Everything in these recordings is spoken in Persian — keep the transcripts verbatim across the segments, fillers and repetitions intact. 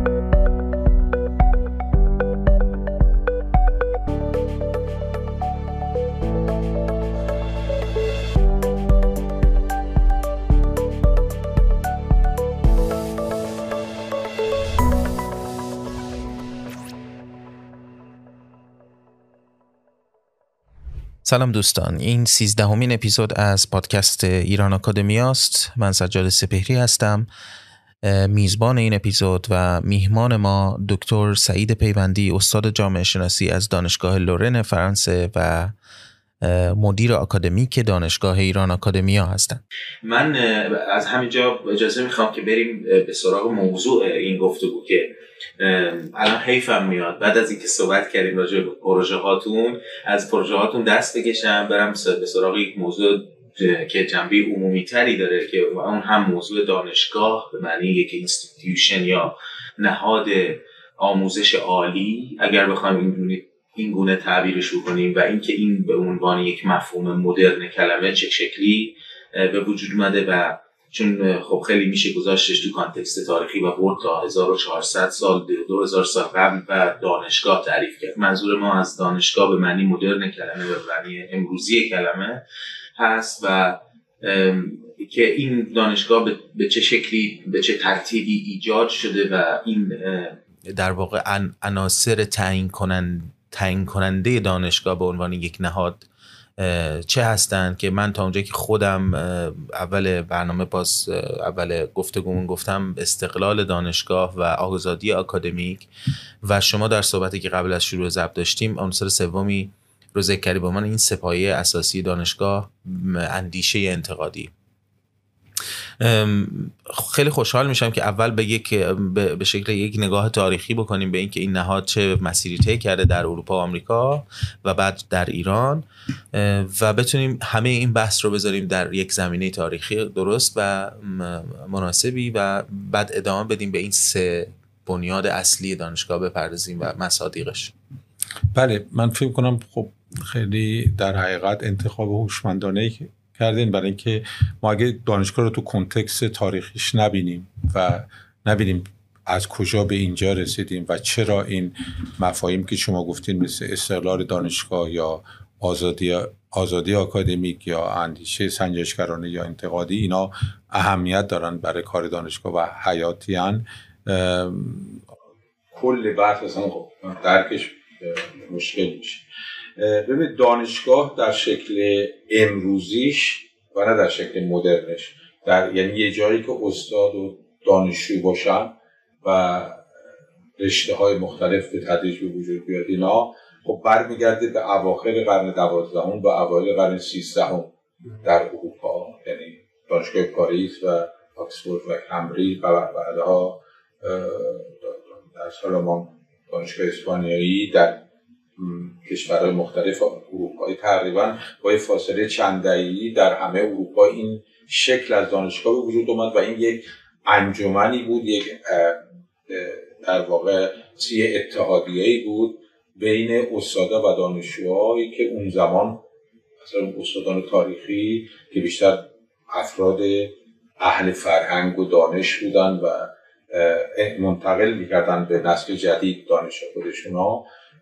سلام دوستان، این سیزدهمین اپیزود از پادکست ایران آکادمی است. من سجاد سپهری هستم، میزبان این اپیزود، و میهمان ما دکتر سعید پیوندی، استاد جامعه شناسی از دانشگاه لورن فرانسه و مدیر آکادمیک دانشگاه ایران آکادمیا هستند. من از همینجا اجازه میخوام که بریم به سراغ موضوع این گفتگو که الان حیفم میاد بعد از اینکه صحبت کردیم راجع به پروژه هاتون از پروژه هاتون دست بکشم برم به سراغ یک موضوع که جنبه عمومی تری داره که اون هم موضوع دانشگاه به معنی یک اینستیتیوشن یا نهاد آموزش عالی اگر بخوایم این این گونه تعبیرش کنیم، و اینکه این به عنوان یک مفهوم مدرن کلمه چه شکلی به وجود اومده و چون خب خیلی میشه گذاشتش تو کانتکست تاریخی و برد تا هزار و چهارصد سال دو هزار سال قبل و دانشگاه تعریف کرد. منظور ما از دانشگاه به معنی مدرن کلمه و به معنی امروزی کلمه هست و که این دانشگاه به چه شکلی به چه ترتیبی ایجاد شده و این در واقع عناصر تعیین کننده تعیین کننده دانشگاه به عنوان یک نهاد چه هستند که من تا اونجایی که خودم اول برنامه پاس اول گفتگومون گفتم استقلال دانشگاه و آزادی آکادمیک، و شما در صحبتی که قبل از شروع ضبط داشتیم عنصر سومی رو ذکر کردید به عنوان این سه‌پایه اساسی دانشگاه، اندیشه انتقادی. خیلی خوشحال میشم که اول به یک به شکل یک نگاه تاریخی بکنیم به اینکه این نهاد چه مسیری طی کرده در اروپا و آمریکا و بعد در ایران، و بتونیم همه این بحث رو بذاریم در یک زمینه تاریخی درست و مناسبی و بعد ادامه بدیم به این سه بنیاد اصلی دانشگاه بپردازیم و مصادیقش. بله، من فکر کنم خب خیلی در حقیقت انتخاب هوشمندانه کردین، برای اینکه ما اگه دانشگاه رو تو کنتکست تاریخیش نبینیم و نبینیم از کجا به اینجا رسیدیم و چرا این مفاهیم که شما گفتین مثل استقلال دانشگاه یا آزادی آزادی آکادمیک یا اندیشه سنجشگرانه یا انتقادی اینا اهمیت دارن برای کار دانشگاه و حیاتیان، کل بحث اصلا خب درکش مشکل میشه. ببین دانشگاه در شکل امروزیش و نه در شکل مدرنش، در یعنی یه جایی که استاد و دانشجو باشن و رشته های مختلف به تدریج به وجود بیاد، اینا خب برمیگرده به اواخر قرن دوازدهم و اوایل قرن سیزدهم در اروپا، یعنی دانشگاه پاریس و آکسفورد و کمبریج و بعدها در سالمان دانشگاه اسپانیایی در کشورهای مختلف اروپایی تقریبا با یه فاصله چند دهه‌ای در همه اروپا این شکل از دانشگاه به وجود اومد و این یک انجمنی بود، یک در واقع سی اتحادیه‌ای بود بین استادا و دانشجوهایی که اون زمان مثلا استادان تاریخی که بیشتر افراد اهل فرهنگ و دانش بودن و منتقل می‌کردن به نسل جدید دانش خودشونا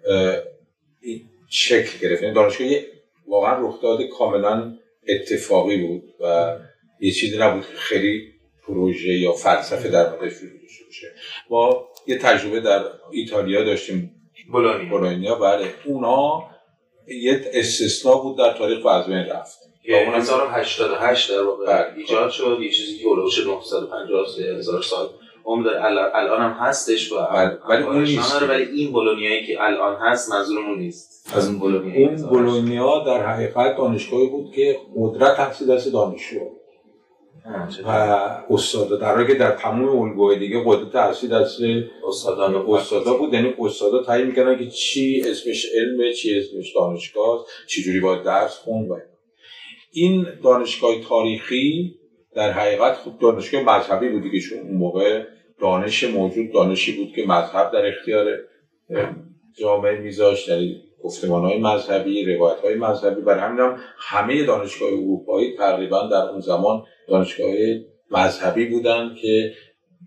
شکل گرفت. دانشگاه واقعا رخداد کاملا اتفاقی بود و یه چیزی نبود که خیلی پروژه یا فلسفه در موردش وجود داشته باشه. با یه تجربه در ایتالیا داشتیم، بولونیا. بولونیا بله، اونا یه استثناء بود در تاریخ و از بین رفت. اون هزار و هشتاد و هشت در واقع ایجاد شد، یه چیزی که اولوش نهصد و پنجاه هزار سال عمر الان هم هستش و ولی اون نیست. ولی این بولونیایی که الان هست منظورمون نیست از اون بولونیا. این بولونیا در حقیقت دانشگاهی بود که قدرت تحصیل دست دانشجو و استادا، در حالی که در تمام الگوهای دیگه قدرت تحصیل دست استادان و استادا بود. یعنی استادا تعیین می‌کردن که چی اسمش علمه، چی اسمش دانشگاه، چه جوری باید درس خوند. و این دانشگاه تاریخی در حقیقت خود دانشگاه مذهبی بود دیگه، چون اون موقع دانش موجود دانشی بود که مذهب در اختیار جامعه میذاشت، یعنی گفتمان‌های مذهبی، روایت‌های مذهبی. برای همین هم همه دانشگاه اروپایی تقریبا در اون زمان دانشگاه مذهبی بودن که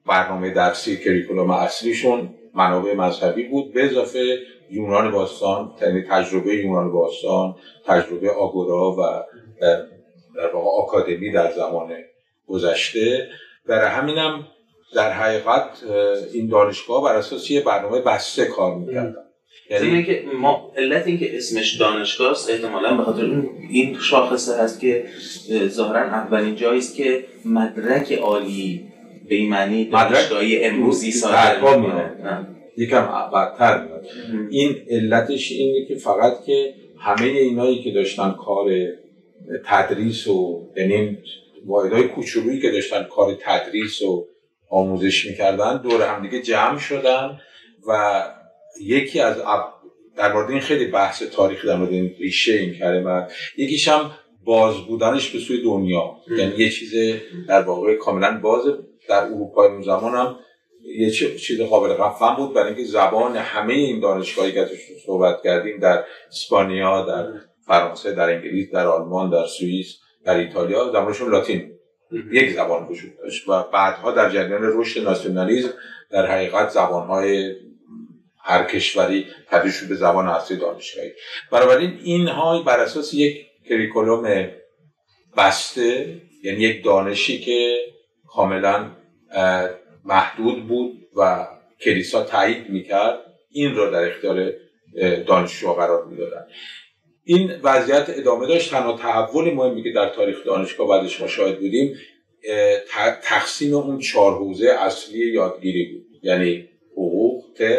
برنامه درسی کریکولوم اصلیشون منابع مذهبی بود، به اضافه یونان باستان، یعنی تجربه یونان باستان، تجربه آگورا و در واقع آکادمی در زمان گذشته. برای همینم در حقیقت این دانشگاه بر اساس یه برنامه بسته کار می‌کردن. یعنی اینکه ما علت اینکه اسمش دانشگاه است احتمالاً به خاطر این شاخصه هست که ظاهراً اولین جایی است که مدرک عالی به این معنی دانشگاهی امروزی صادر می‌کنه. یکم بدتر میاد. این علتش اینه که فقط که همه اینایی که داشتن کار تدریس و یعنی واحدهای کوچولویی که داشتن کار تدریس و آموزش میکردن دور هم دیگه جمع شدن و یکی از اب... در مورد این خیلی بحث تاریخی در مورد این ریشه این کلمه، یکیش هم باز بودنش به سوی دنیا، یعنی یه چیز در واقع کاملا باز. در اروپای اون زمان هم یه چیز قابل قفهم بود، برای اینکه زبان همه این دانشگاهی که ازش صحبت کردیم در اسپانیا، در فرانسه، در انگلیس، در آلمان، در سوئیس، در ایتالیا زبانشون لاتین، یک زبان وجود داشت و بعدها در جریان رشد ناسیونالیسم در حقیقت زبانهای هر کشوری تبدیل شد به زبان اصلی دانشگاهی. بنابراین اینها بر اساس یک کریکولوم بسته، یعنی یک دانشی که کاملا محدود بود و کلیسا تایید میکرد، این رو در اختیار دانشجوها قرار میدادن. این وضعیت ادامه داشت. تنها تحول مهمی که در تاریخ دانشگاه بعدش ما شاهد بودیم تقسیم اون چهار حوزه اصلی یادگیری بود، یعنی حقوق، طب،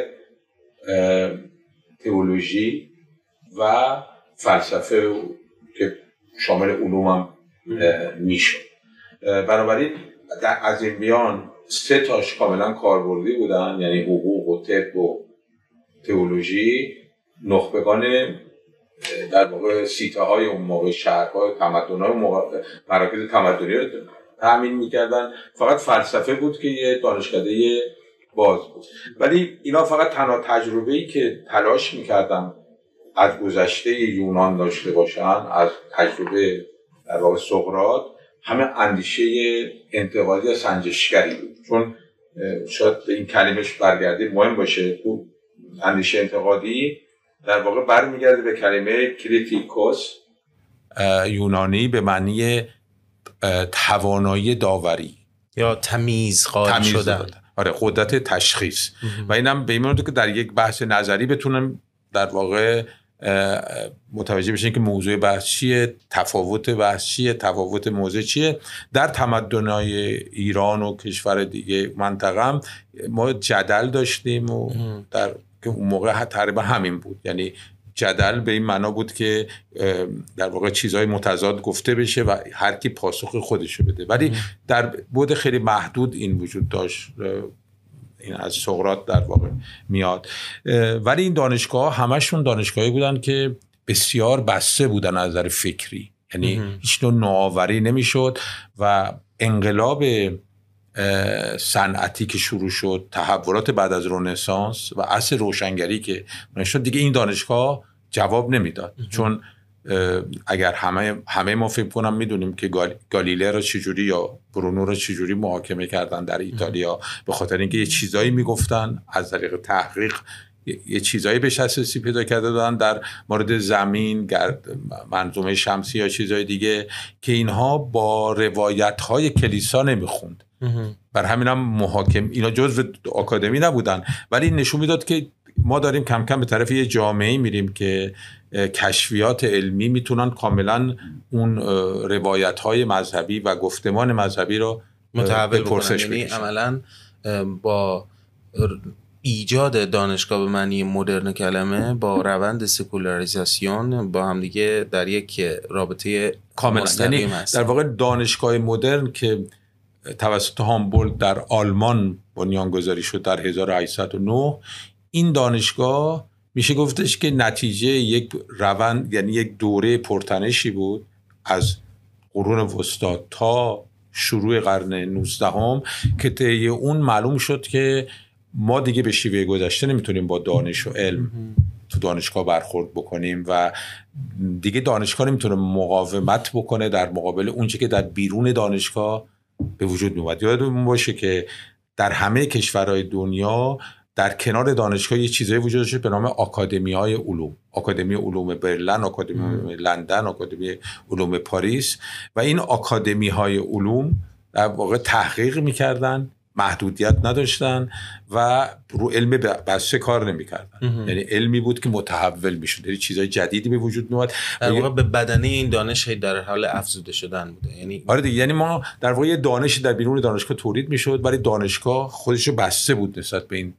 تئولوژی و فلسفه که شامل علوم هم میشد. بنابراین از این میان سه تاش کاملا کاربردی بودن، یعنی حقوق و طب و تئولوژی. نخبگان در واقع سیته های اون موقع، شهرهای، تمدن‌های موقع، مراکز تمدنی رو تأمین می‌کردن. فقط فلسفه بود که یه دانشکده باز بود. ولی اینا فقط تنها تجربه‌ای که تلاش می‌کردن از گذشته یونان داشته باشن، از تجربه در واقع سقراط، همه اندیشه انتقادی و سنجشگری بود. چون شاید به این کلمش برگردیم مهم باشه، تو اندیشه انتقادی در واقع برمیگرده به کلمه کریتیکوس یونانی به معنی توانایی داوری یا تمیز قائل شدن. آره، قدرت تشخیص. و اینم به این معنی که در یک بحث نظری بتونم در واقع متوجه بشین که موضوع بحث چیه، تفاوت بحث چیه، تفاوت موضوع چیه. در تمدن‌های ایران و کشور دیگه منطقه هم ما جدل داشتیم و در که اون موقع تقریبا همین بود، یعنی جدل به این معنا بود که در واقع چیزهای متضاد گفته بشه و هر کی پاسخ خودشو بده. ولی در بعد خیلی محدود این وجود داشت، این از سقراط در واقع میاد. ولی این دانشگاه همشون دانشگاهی بودن که بسیار بسته بودن از نظر فکری، یعنی هیچ نوع نوآوری نمیشد و انقلاب صنعتی که شروع شد، تحولات بعد از رنسانس و عصر روشنگری که شد، دیگه این دانشگاه جواب نمیداد. چون اگر همه همه ما فکر کنم میدونیم که گالیله را چجوری یا برونو را چجوری محاکمه کردن در ایتالیا، به خاطر اینکه یه چیزایی میگفتن از طریق تحقیق، یه چیزایی بهش اساسی پیدا کرده دادن در مورد زمین، گرد، منظومه شمسی یا چیزای دیگه که اینها با روایت‌های کلیسا نمیخوند. بر همین هم محاکم اینا جزو آکادمی نبودن، ولی نشون میداد که ما داریم کم کم به طرف یه جامعه میریم که کشفیات علمی میتونن کاملا اون روایت‌های مذهبی و گفتمان مذهبی رو متحول بکنن. یعنی عملا با ایجاد دانشگاه به معنی مدرن کلمه با روند سکولاریزاسیون با هم دیگه در یک رابطه کاملا مستقیم هست. در واقع دانشگاه مدرن که توسط هامبولت در آلمان بنیانگذاری شد در هزار و هشتصد و نه، این دانشگاه میشه گفتش که نتیجه یک روند، یعنی یک دوره پرتنشی بود از قرون وسطا تا شروع قرن نوزدهم که طی اون معلوم شد که ما دیگه به شیوه گذشته نمیتونیم با دانش و علم تو دانشگاه برخورد بکنیم و دیگه دانشگاه نمیتونه مقاومت بکنه در مقابل اون چیزی که در بیرون دانشگاه به وجود میاد. یادمون باشه که در همه کشورهای دنیا در کنار دانشگاه یه چیزایی وجود داشته به نام آکادمی‌های علوم، آکادمی علوم برلین، آکادمی علوم لندن، آکادمی علوم پاریس. و این آکادمی‌های علوم در واقع تحقیق می‌کردن، محدودیت نداشتن و رو علم بسته کار نمی‌کردن. یعنی علمی بود که متحول می‌شد، یعنی چیزای جدیدی به وجود میاد. در واقع به بدنه این دانش در حال افزوده شدن بوده. یعنی آره دیگه، یعنی ما در واقع دانشی در بیرون دانشگاه تولید می‌شد، ولی دانشگاه خودش رو بسته بود نسبت به این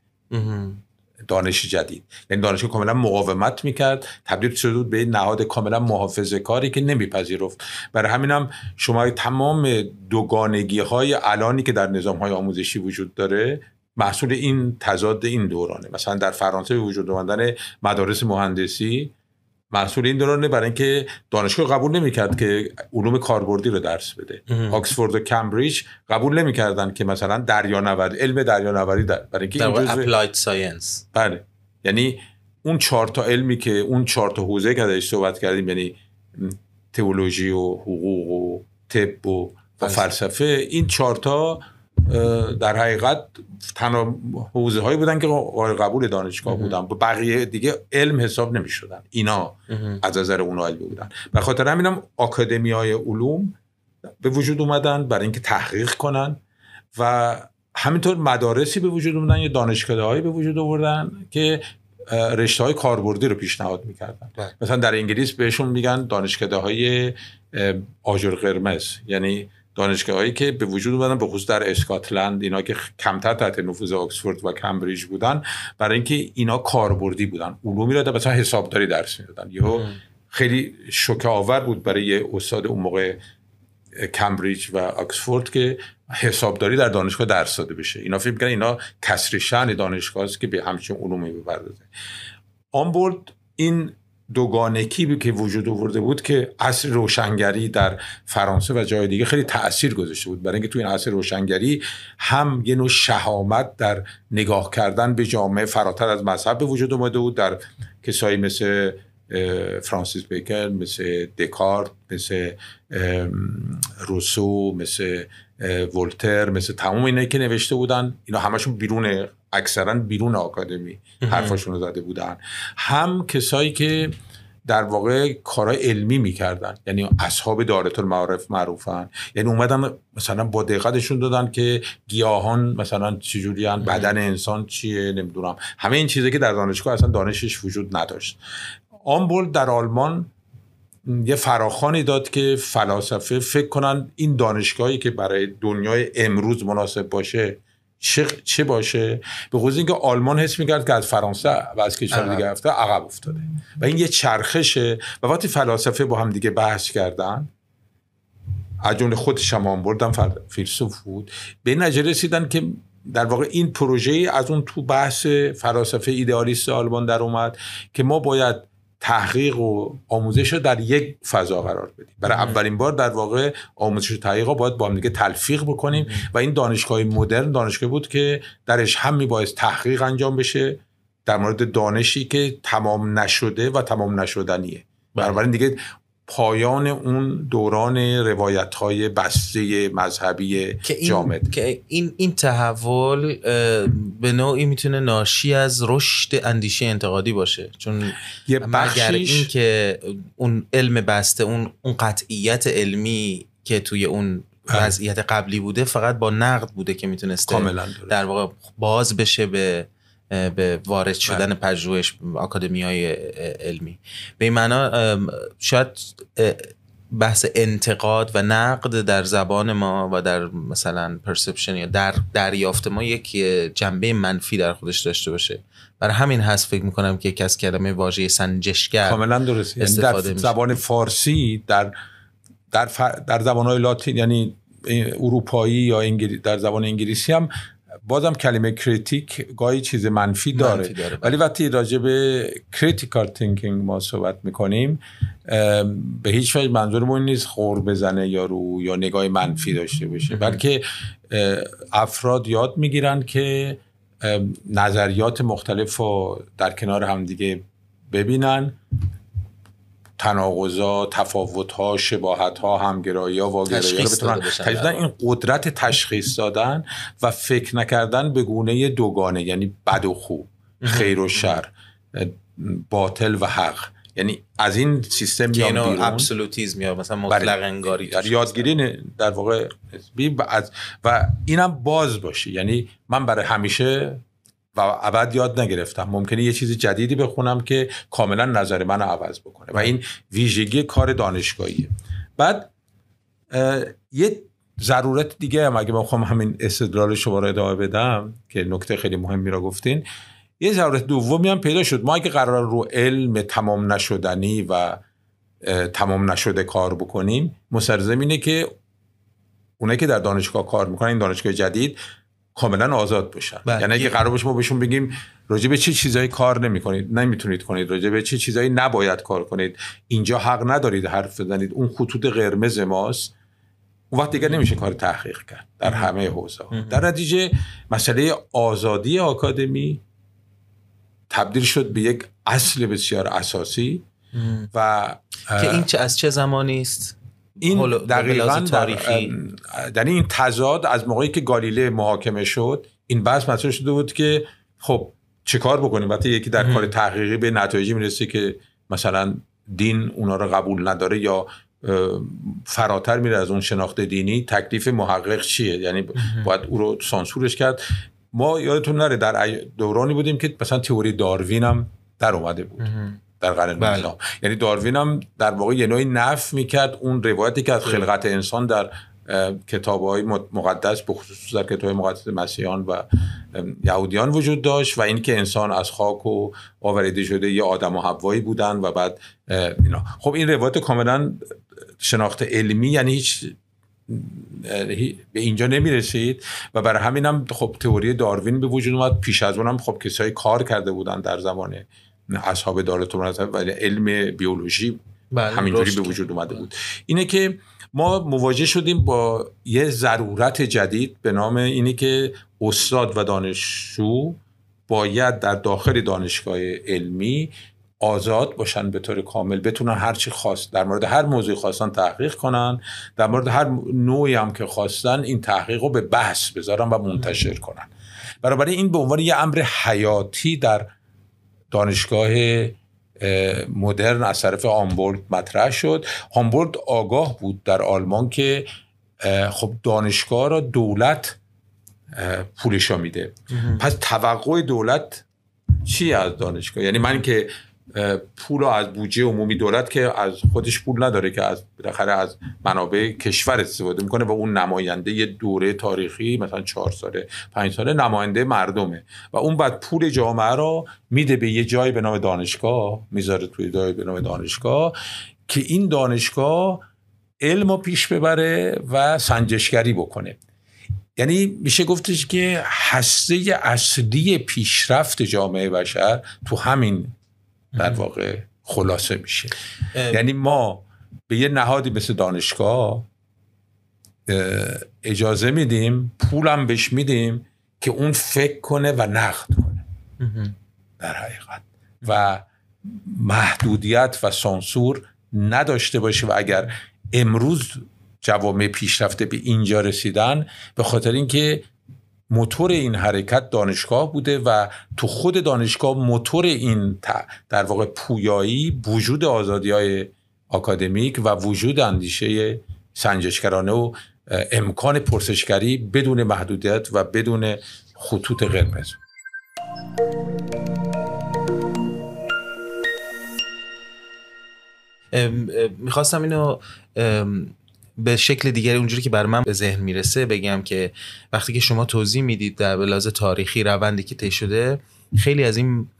دانش جدید. یعنی دانشگاه کاملا مقاومت میکرد، تبدیل شده بود به نهاد کاملا محافظه کاری که نمیپذیرفت. برای همینم شما تمام دوگانگی های الانی که در نظام های آموزشی وجود داره محصول این تضاد این دورانه. مثلا در فرانسه وجود آمدن مدارس مهندسی محصول این دورانه، برای اینکه دانشگاه قبول نمیکرد که علوم کاربردی رو درس بده. آکسفورد و کمبریج قبول نمیکردن که مثلا دریانوردی، علم دریانوردی در برای اینکه در واقع اپلاید ساینس. بله، یعنی اون چهار تا علمی که اون چهار تا حوزه که ازش صحبت کردیم، یعنی تئولوژی و حقوق و طب و فلسفه، این چهار تا در حقیقت تنها حوزه هایی بودن که قبول دانشگاه بودن، بقیه دیگه علم حساب نمی شدن. اینا از نظر اونها علمی بودن. به خاطر همینم آکادمی های علوم به وجود اومدن برای اینکه تحقیق کنن و همینطور مدارسی به وجود اومدن یا دانشکده‌هایی به وجود آوردن که رشته های کاربردی رو پیشنهاد میکردن. مثلا در انگلیس بهشون میگن دانشکده‌های آجر قرمز، یعنی دانشگاهایی که به وجود اومدن به خصوص در اسکاتلند، اینا که کمتر تحت نفوذ آکسفورد و کمبریج بودن، برای اینکه اینا کاربردی بودن، علومی رو مثلا حسابداری درس میدادن. یهو خیلی شوکه آور بود برای استاد اون موقع کمبریج و آکسفورد که حسابداری در دانشگاه درس داده بشه. اینا فکر می‌کردن اینا کسر شأن دانشگاه است که به همچین علومی بپردازه. آن بود این دوگانگی که وجود آورده بود که عصر روشنگری در فرانسه و جای دیگه خیلی تأثیر گذاشته بود، برای اینکه تو این عصر روشنگری هم یه نوع شهامت در نگاه کردن به جامعه فراتر از مذهب به وجود اومده بود در کسایی مثل فرانسیس بیکن، مثل دکارت، مثل روسو، مثل ولتر، مثل تمام اینایی که نوشته بودن، اینا همشون بیرون، اکثرا بیرون آکادمی حرفاشون رو زده بودن. هم کسایی که در واقع کارهای علمی میکردن، یعنی اصحاب دارة المعارف معروفن، یعنی اومدن مثلا با دقتشون دادن که گیاهان مثلا چجوری هن، بدن انسان چیه، نمیدونم، همه این چیزایی که در دانشگاه اصلا دانشش وجود نداشت. آمبولد در آلمان یه فراخوانی داد که فلاسفه فکر کنن این دانشگاهی که برای دنیای امروز مناسب باشه چه, چه باشه، به خصوص اینکه آلمان حس می‌کرد که از فرانسه و از کشور دیگه رفته عقب افتاده و این یه چرخشه. و وقتی فلاسفه با هم دیگه بحث کردن، از جمله خودش هم آمبولد فیلسوف بود، به نتیجه رسیدن که در واقع این پروژه از اون تو بحث فلاسفه ایدئالیست آلمان در اومد که ما باید تحقیق و آموزش رو در یک فضا قرار بدیم. برای اولین بار در واقع آموزش و تحقیق رو باید با هم دیگه تلفیق بکنیم و این دانشگاه مدرن دانشگاه بود که درش هم میبایست تحقیق انجام بشه در مورد دانشی که تمام نشده و تمام نشدنیه. بنابراین دیگه پایان اون دوران روایت‌های بسته مذهبی جامد که این این تحول به نوعی میتونه ناشی از رشد اندیشه انتقادی باشه، چون یه مگر این که اون علم بسته، اون اون قطعیت علمی که توی اون وضعیت قبلی بوده فقط با نقد بوده که میتونسته در واقع باز بشه به به وارد شدن پژوهش آکادمی‌های علمی. به این معنا شاید بحث انتقاد و نقد در زبان ما و در مثلا پرسپشن یا در دریافت ما یک جنبه منفی در خودش داشته باشه. برای همین هست فکر میکنم که یک از کلمه واژه سنجشگر کاملا درسته. یعنی در زبان فارسی در در در زبان‌های لاتین یعنی اروپایی یا انگلیسی، در زبان انگلیسی هم بازم کلمه کریتیک گاهی چیز منفی داره, منفی داره ولی وقتی راجع به کریتیکال تینکینگ ما صحبت میکنیم به هیچ وجه منظورمون نیست خور بزنه یا رو یا نگاه منفی داشته باشه، بلکه افراد یاد میگیرن که نظریات مختلف رو در کنار هم دیگه ببینن، تناقضات، تفاوت‌ها، شباهت‌ها، همگرایی‌ها، واگرایی‌ها رو بتونن تشخیص بدن. این قدرت تشخیص دادن و فکر نکردن به گونه دوگانه، یعنی بد و خوب، خیر و شر، باطل و حق، یعنی از این سیستم میام بیرون. ابسولوتیسم یا مثلا مطلق انگاری در یادگیری در واقع و اینم باز باشه، یعنی من برای همیشه و ابد یاد نگرفتم، ممکنه یه چیز جدیدی بخونم که کاملا نظر من رو عوض بکنه و این ویژگی کار دانشگاهیه. بعد یه ضرورت دیگه هم اگه بخوام همین استدلال شما رو ادامه بدم که نکته خیلی مهمی رو گفتین، یه ضرورت دومی هم پیدا شد. ما اگه قرار رو علم تمام نشدنی و تمام نشده کار بکنیم، مستلزم اینه که اونایی که در دانشگاه کار میکنن، این دانشگاه جدید، کاملا آزاد باشن. یعنی اگه قرار باشه ما بهشون بگیم راجع به چه چیزایی کار نمی‌کنید، نمیتونید کنید، راجع به چه چیزایی نباید کار کنید، اینجا حق ندارید حرف بزنید، اون خطوط قرمز ماست، اون وقت دیگه نمیشه کار تحقیق کرد در همه حوزه‌ها. در نتیجه مسئله آزادی آکادمی تبدیل شد به یک اصل بسیار اساسی و که این چه از چه زمانی است؟ این دقیقاً تاریخی در, در این تضاد از موقعی که گالیله محاکمه شد این بحث مطرح شده بود که خب چه کار بکنیم وقتی یکی در کار تحقیقی به نتایجی میرسه که مثلا دین اونا رو قبول نداره یا فراتر میره از اون شناخت دینی، تکلیف محقق چیه؟ یعنی باید او رو سانسورش کرد. ما یادتون نره در دورانی بودیم که مثلا تئوری داروین هم در اومده بود در قرن نوزدهم. یعنی داروین هم در واقع یه نوعی نفی میکرد اون روایتی که از خلقت انسان در کتاب‌های مقدس به خصوص در کتاب مقدس مسیحیان و یهودیان وجود داشت و این که انسان از خاک و آفریده شده یه آدم و حوایی بودن و بعد اینا. خب این روایت کاملا شناخت علمی یعنی هیچ به اینجا نمی رسید و برای همین هم خب تئوری داروین به وجود اومد. پیش از اونم خب کسایی کار کرده بودن در زمان اصحاب دارالتومرات و علم بیولوژی همینجوری به وجود اومده بود. اینه که ما مواجه شدیم با یه ضرورت جدید به نام اینه که استاد و دانشجو باید در داخل دانشگاه علمی آزاد باشن به طور کامل، بتونن هر چی خواست در مورد هر موضوعی خواستن تحقیق کنن، در مورد هر نوعی هم که خواستن این تحقیق رو به بحث بذارن و منتشر کنن. برای این به عنوان یه امر حیاتی در دانشگاه مدرن از طرف هامبولت مطرح شد. هامبولت آگاه بود در آلمان که خب دانشگاه را دولت پولشا میده، پس توقع دولت چی از دانشگاه؟ یعنی من که پول از بودجه عمومی دولت که از خودش پول نداره که از بالاخره از منابع کشور استفاده میکنه و اون نماینده یه دوره تاریخی مثلا چهار ساله پنج ساله نماینده مردمه و اون بعد پول جامعه رو میده به یه جای به نام دانشگاه، میذاره توی جای به نام دانشگاه که این دانشگاه علم رو پیش ببره و سنجشگری بکنه. یعنی میشه گفتش که هسته اصلی پیشرفت جامعه بشر تو همین در واقع خلاصه میشه. یعنی ما به یه نهادی مثل دانشگاه اجازه میدیم، پولم بهش میدیم که اون فکر کنه و نقد کنه در حقیقت و محدودیت و سانسور نداشته باشه. و اگر امروز جوامع پیشرفته به اینجا رسیدن به خاطر اینکه موتور این حرکت دانشگاه بوده و تو خود دانشگاه موتور این در واقع پویایی وجود آزادی‌های آکادمیک و وجود اندیشه سنجشگرانه و امکان پرسشگری بدون محدودیت و بدون خطوط قرمز. میخواستم اینو به شکل دیگری اونجوری که بر من به ذهن میرسه بگم که وقتی که شما توضیح میدید در بلاز تاریخی روندی که طی شده، خیلی از این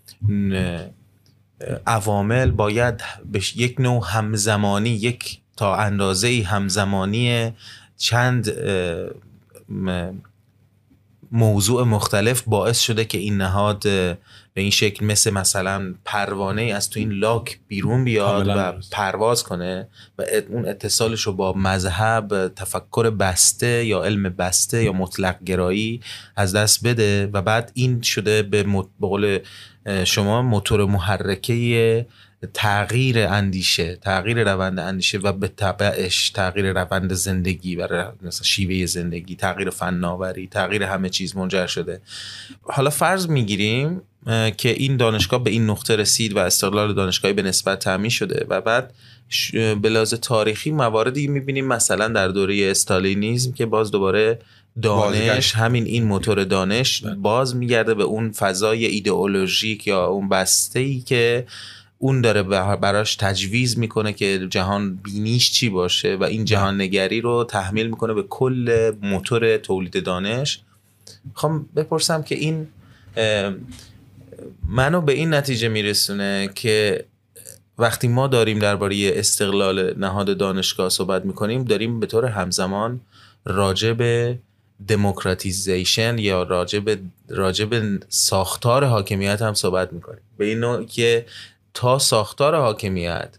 عوامل باید به یک نوع همزمانی، یک تا اندازه‌ای همزمانی چند موضوع مختلف باعث شده که این نهاد به به این شکل مثل مثلا پروانه از تو این لاک بیرون بیاد و پرواز کنه و اون اتصالش رو با مذهب، تفکر بسته یا علم بسته یا مطلق گرایی از دست بده و بعد این شده به قول شما موتور محرکه تغییر اندیشه، تغییر روند اندیشه و به تبعش تغییر روند زندگی و مثلا شیوه زندگی، تغییر فناوری، تغییر همه چیز منجر شده. حالا فرض میگیریم که این دانشگاه به این نقطه رسید و استقلال دانشگاهی به نسبت تامین شده و بعد به لحاظ تاریخی مواردی میبینیم مثلا در دوره استالینیسم که باز دوباره دانش، همین این موتور دانش باز میگرده به اون فضای ایدئولوژیک یا اون بسته‌ای که اون داره براش تجویز میکنه که جهان بینیش چی باشه و این جهان نگری رو تحمیل میکنه به کل موتور تولید دانش. خواهم بپرسم که این منو به این نتیجه میرسونه که وقتی ما داریم درباره استقلال نهاد دانشگاه صحبت میکنیم داریم به طور همزمان راجع به دموکراتیزیشن یا راجع به راجع به ساختار حاکمیت هم صحبت میکنیم، به این نوع که تا ساختار حاکمیت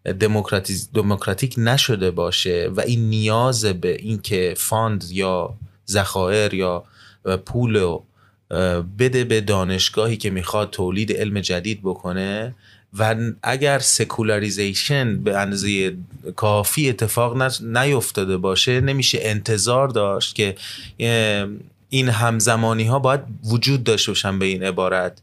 دموکراتیک نشده باشه و این نیاز به این که فاند یا ذخایر یا پول بده به دانشگاهی که میخواد تولید علم جدید بکنه و اگر سکولاریزیشن به اندازه کافی اتفاق نیفتاده باشه نمیشه انتظار داشت که این همزمانی ها باید وجود داشته باشن به این عبارت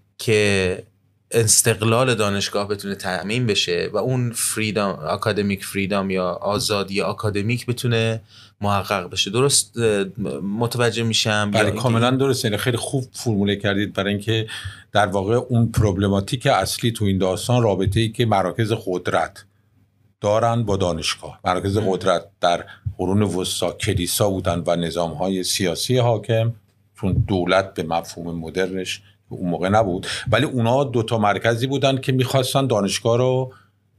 که استقلال دانشگاه بتونه تأمین بشه و اون فریدم، اکادمیک فریدم یا آزادی اکادمیک بتونه محقق بشه. درست متوجه میشم؟ بله کاملا درست. یعنی خیلی خوب فرموله کردید برای اینکه در واقع اون پروبلماتیک اصلی تو این داستان رابطه‌ای که مراکز قدرت دارن با دانشگاه. مراکز قدرت در قرون وسطی کلیسا بودن و نظام‌های سیاسی حاکم، چون دولت به مفهوم مدرنش اون موقع نبود، ولی اونا دوتا مرکزی بودن که میخواستن دانشگاه رو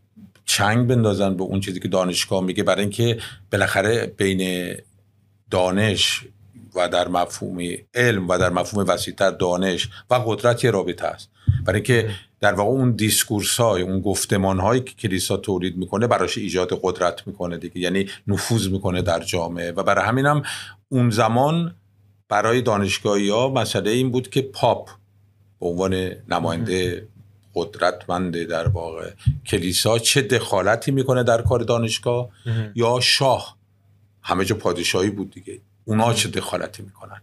چنگ بندازن به اون چیزی که دانشگاه میگه، برای اینکه بالاخره بین دانش و در مفهوم علم و در مفهوم وسیع‌تر دانش و قدرت یه رابطه است، برای اینکه در واقع اون دیسکورس های، اون گفتمان هایی که کلیسا تولید میکنه براش ایجاد قدرت میکنه دیگه، یعنی نفوذ میکنه در جامعه. و برای همینم اون زمان برای دانشگاهی ها مسئله این بود که پاپ به عنوان نماینده قدرتمند در واقع کلیسا چه دخالتی میکنه در کار دانشگاه، یا شاه، همه جا پادشاهی بود دیگه، اونا چه دخالتی میکنن.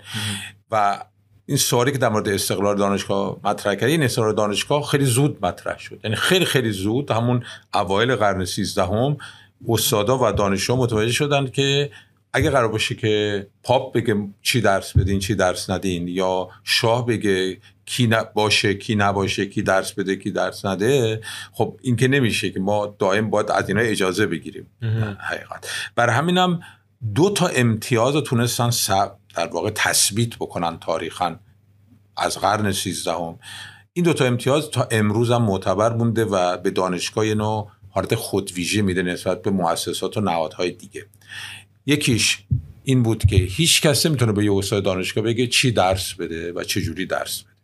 و این سوالی که در مورد استقلال دانشگاه مطرح کردی، این استقلال دانشگاه خیلی زود مطرح شد، یعنی خیلی خیلی زود، همون اوایل قرن سیزدهم استادا و دانشجو متوجه شدن که اگه قرار باشه که پاپ بگه چی درس بدین چی درس ندین، یا شاه بگه کی باشه کی نباشه، کی درس بده کی درس نده، خب این که نمیشه که ما دائم باید از اینا اجازه بگیریم حقیقت. برای همینم دو تا امتیاز تونستن در واقع تثبیت بکنن تاریخاً از قرن سیزدهم. این دو تا امتیاز تا امروز هم معتبر مونده و به دانشگاه نو حالت خودویژه میده نسبت به مؤسسات و نهادهای دیگه. یکیش این بود که هیچ کس نمیتونه به یه استاد دانشگاه بگه چی درس بده و چه جوری درس بده.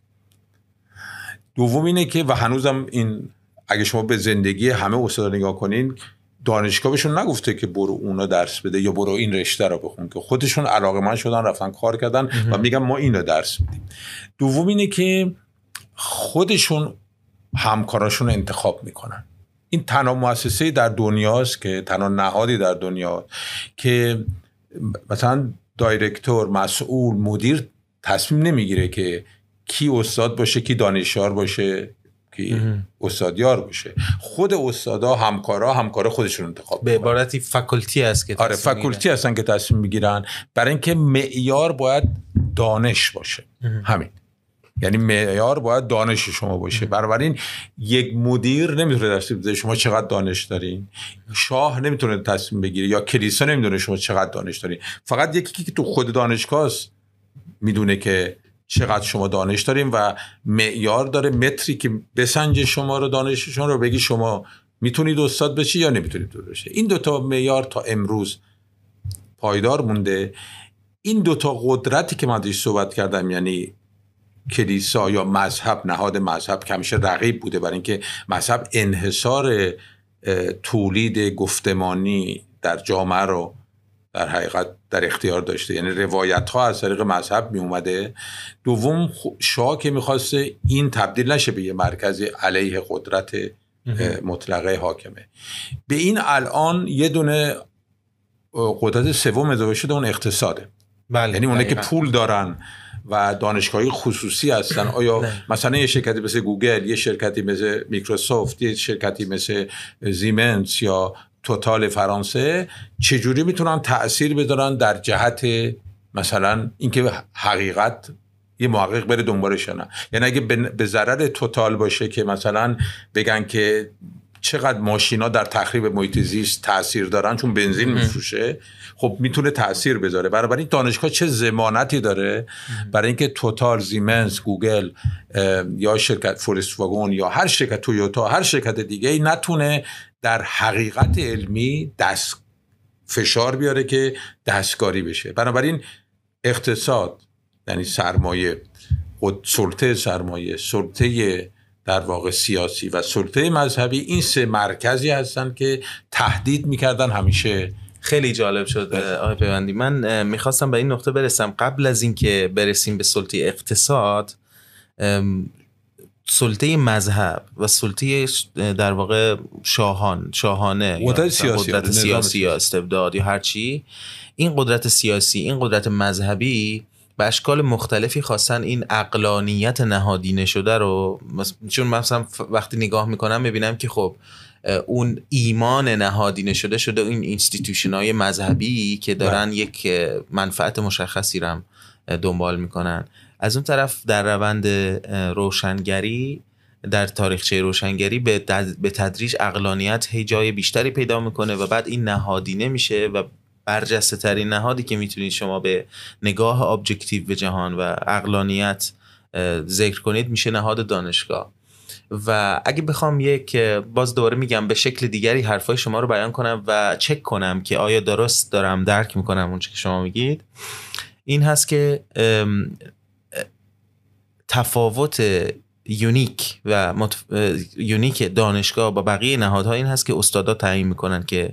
دوم اینه که و هنوزم این، اگه شما به زندگی همه استادا نگاه کنین، دانشگاه بهشون نگفته که برو اونا درس بده یا برو این رشته رو بخون، که خودشون علاقه‌مند شدن رفتن کار کردن و میگن ما اینو درس میدیم. دوم اینه که خودشون همکاراشون انتخاب میکنن. این تنها مؤسسه‌ای در دنیاست که تنها نهادی در دنیا که مثلا دایرکتور، مسئول، مدیر تصمیم نمیگیره که کی استاد باشه کی دانشیار باشه کی استادیار باشه. خود استادا، همکارا همکارا خودشون انتخاب به عبارتی فاکولتی است که آره فاکولتی هستن که تصمیم میگیرن، برای اینکه معیار باید دانش باشه. همین، یعنی معیار باید دانش شما باشه. بنابراین یک مدیر نمیتونه تصمیم بگیره شما چقدر دانش دارین، شاه نمیتونه تصمیم بگیره، یا کلیسا نمیدونه شما چقدر دانش دارین. فقط یکی که تو خود دانشگاه است میدونه که چقدر شما دانش دارین و معیار داره، متری که بسنجه شما رو، دانششون رو، بگی شما میتونید استاد بشی یا نمیتونید بشی. این دوتا معیار تا امروز پایدار مونده. این دوتا قدرتی که من دیش صحبت کردم، یعنی کلیسا یا مذهب، نهاد مذهب که همیشه رقیب بوده برای اینکه مذهب انحصار تولید گفتمانی در جامعه رو در حقیقت در اختیار داشته، یعنی روایت ها از طریق مذهب می اومده. دوم شاه که میخواسته این تبدیل نشه به یه مرکز علیه قدرت مطلقه حاکمه. به این الان یه دونه قدرت سوم اضافه شده، اون اقتصاده. بله، یعنی اونه که پول دارن و دانشگاهی خصوصی هستن. آیا مثلا یه شرکتی مثل گوگل، یه شرکتی مثل میکروسافت، یه شرکتی مثل زیمنس یا توتال فرانسه چجوری میتونن تأثیر بذارن در جهت مثلا اینکه حقیقت یه محقق بره دنبالش نه؟ یعنی اگه به ضرر توتال باشه که مثلا بگن که چقدر ماشینا در تخریب محیط زیست تأثیر دارن چون بنزین میفروشه، خب میتونه تأثیر بذاره. برای این دانشگاه چه ضمانتی داره برای اینکه توتال، زیمنس، گوگل یا شرکت فورست واگن یا هر شرکت تویوتا، هر شرکت دیگه ای نتونه در حقیقت علمی دست فشار بیاره که دستکاری بشه. بنابراین اقتصاد یعنی سرمایه، سلطه سرمایه، سلطه در واقع سیاسی و سلطه مذهبی، این سه مرکزی هستن که تهدید میکردن همیشه. خیلی جالب شد آقای پیوندی. من میخواستم به این نقطه برسم. قبل از اینکه برسیم به سلطه اقتصاد، سلطه مذهب و سلطه در واقع شاهان شاهانه قدرت سیاسی, قدرت سیاسی یا استبداد یا هر چی، این قدرت سیاسی، این قدرت مذهبی به اشکال مختلفی خواستن این عقلانیت نهادینه شده رو، چون مثلا وقتی نگاه میکنم میبینم که خب اون ایمان نهادینه شده شده این اینستیتوشن های مذهبی که دارن یک منفعت مشخصی رو دنبال میکنن. از اون طرف در روند روشنگری، در تاریخچه روشنگری به تدریج عقلانیت هی جای بیشتری پیدا میکنه و بعد این نهادینه میشه و برجسته ترین نهادی که میتونید شما به نگاه ابجکتیو به جهان و عقلانیت ذکر کنید میشه نهاد دانشگاه. و اگه بخوام یک باز دوباره میگم به شکل دیگری حرفای شما رو بیان کنم و چک کنم که آیا درست دارم درک میکنم اون چه که شما میگید، این هست که تفاوت یونیک و متف... یونیک دانشگاه با بقیه نهادها این هست که استادا تعیین میکنن که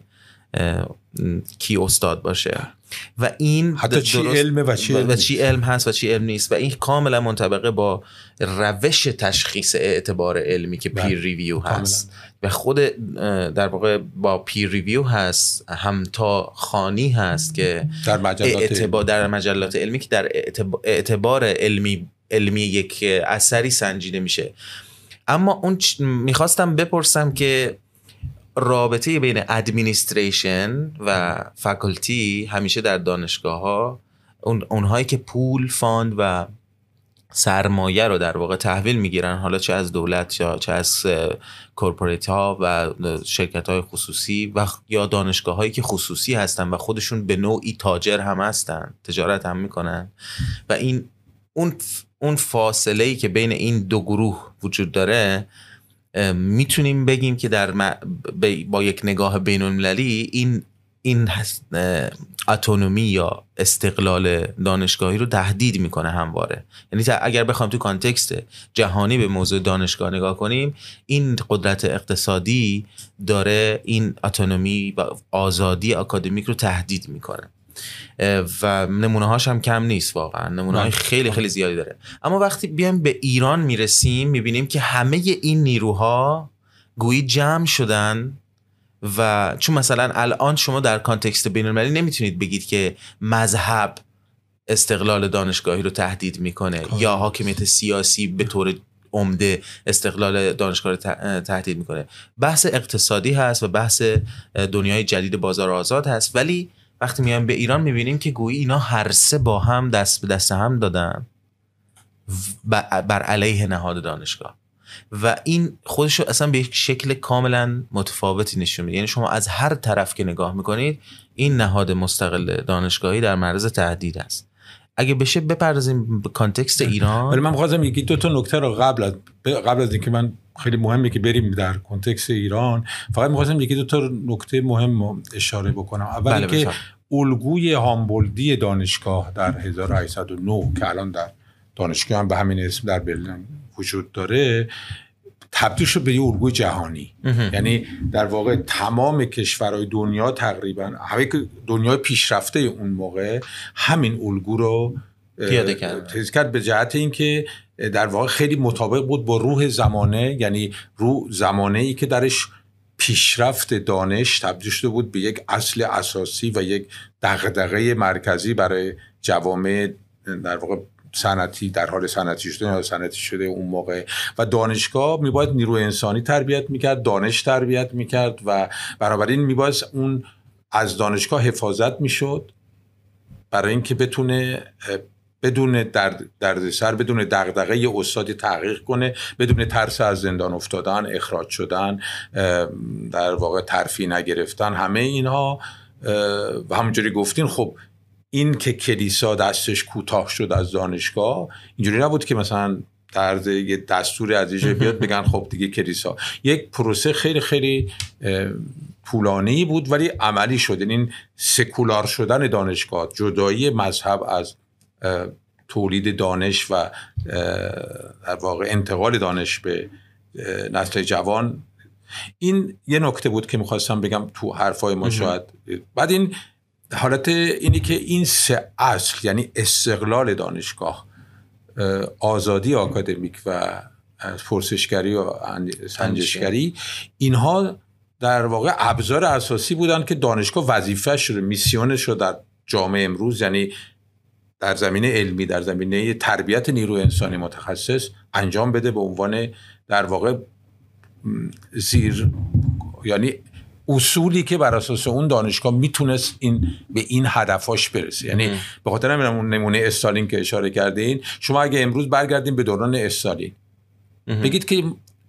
کی استاد باشه و این حتی چی علمه و چی علم, و چی علم هست و چی علم نیست و این کاملا منطبقه با روش تشخیص اعتبار علمی که پیر ریویو هست و خود در واقع با پیر ریویو هست، همتا خانی هست که در مجلات اعتبار در مجلات علمی که در اعتبار علمی علمی یک اثری سنجیده میشه. اما اون چ... میخواستم بپرسم که رابطه بین ادمینستریشن و فاکولتی همیشه در دانشگاه ها، اون اونهایی که پول، فاند و سرمایه رو در واقع تحویل میگیرن، حالا چه از دولت یا چه از کورپوریت ها و شرکت های خصوصی و یا دانشگاه هایی که خصوصی هستن و خودشون به نوعی تاجر هم هستن، تجارت هم میکنن و این اون اون فاصله‌ای که بین این دو گروه وجود داره، میتونیم بگیم که در م... با یک نگاه بین المللی این این اتونومی یا استقلال دانشگاهی رو تهدید میکنه همواره. یعنی اگر بخوام تو کانتکست جهانی به موضوع دانشگاه نگاه کنیم، این قدرت اقتصادی داره این اتونومی و آزادی اکادمیک رو تهدید میکنه و نمونه هاش هم کم نیست، واقعا نمونه های خیلی خیلی زیادی داره. اما وقتی بیایم به ایران میرسیم میبینیم که همه این نیروها گویی جمع شدن و چون مثلا الان شما در کانتکست بین المللی نمیتونید بگید که مذهب استقلال دانشگاهی رو تهدید میکنه یا حاکمیت سیاسی به طور عمده استقلال دانشگاه رو تهدید میکنه. بحث اقتصادی هست و بحث دنیای جدید بازار آزاد هست، ولی وقتی میایم به ایران میبینیم که گویی اینا هر سه با هم دست به دست هم دادن بر علیه نهاد دانشگاه و این خودشو اصلا به یک شکل کاملا متفاوتی نشون میده. یعنی شما از هر طرف که نگاه میکنید این نهاد مستقل دانشگاهی در معرض تهدید است. اگه بشه بپردازیم به کانتکست ایران. ولی من می‌خواستم یکی دو تا نکته رو قبل از قبل از اینکه من خیلی مهمه که بریم در کانتکست ایران، فقط می‌خواستم یکی دو تا نکته مهم اشاره بکنم. اولی که الگوی هامبولدی دانشگاه در هزار و هشتصد و نه که الان در دانشگاه هم به همین اسم در برلین وجود داره، تبدیل شد به یه الگوی جهانی. یعنی در واقع تمام کشورهای دنیا تقریبا، همه دنیای پیشرفته اون موقع همین الگو رو پیاده کرد کرد به جهت اینکه در واقع خیلی مطابق بود با روح زمانه، یعنی روح زمانه ای که درش پیشرفت دانش تبدیل شده بود به یک اصل اساسی و یک دغدغه مرکزی برای جوامع در واقع صنعتی، در حال صنعتی شدن یا صنعتی شده اون موقع. و دانشگاه میباید نیروی انسانی تربیت میکرد، دانش تربیت میکرد و بنابراین میباید اون از دانشگاه حفاظت میشد برای اینکه بتونه بدون درد دردسر، بدون دغدغه یه استادی تحقیق کنه، بدون ترس از زندان افتادن، اخراج شدن، در واقع ترفیع نگرفتن، همه اینها. و همونجوری گفتین خب این که کلیسا دستش کوتاه شد از دانشگاه، اینجوری نبود که مثلا در یه دستور از اینجا بیاد بگن خب دیگه کلیسا. یک پروسه خیلی خیلی طولانی بود ولی عملی شد. این سکولار شدن دانشگاه، جدایی مذهب از تولید دانش و در واقع انتقال دانش به نسل جوان، این یه نکته بود که میخواستم بگم تو حرفای ما. شاید بعد این حالت اینی که این سه اصل، یعنی استقلال دانشگاه، آزادی آکادمیک و پرسشگری و سنجشگری، اینها در واقع ابزار اساسی بودن که دانشگاه وظیفه‌اش رو، میسیونش رو در جامعه امروز، یعنی در زمینه علمی، در زمینه تربیت نیروی انسانی متخصص انجام بده به عنوان در واقع زیر، یعنی اصولی که بر اساس اون دانشگاه میتونست این به این هدفاش برسه. یعنی به خاطر همین اون نمونه استالین که اشاره کردین، شما اگه امروز برگردین به دوران استالین بگید که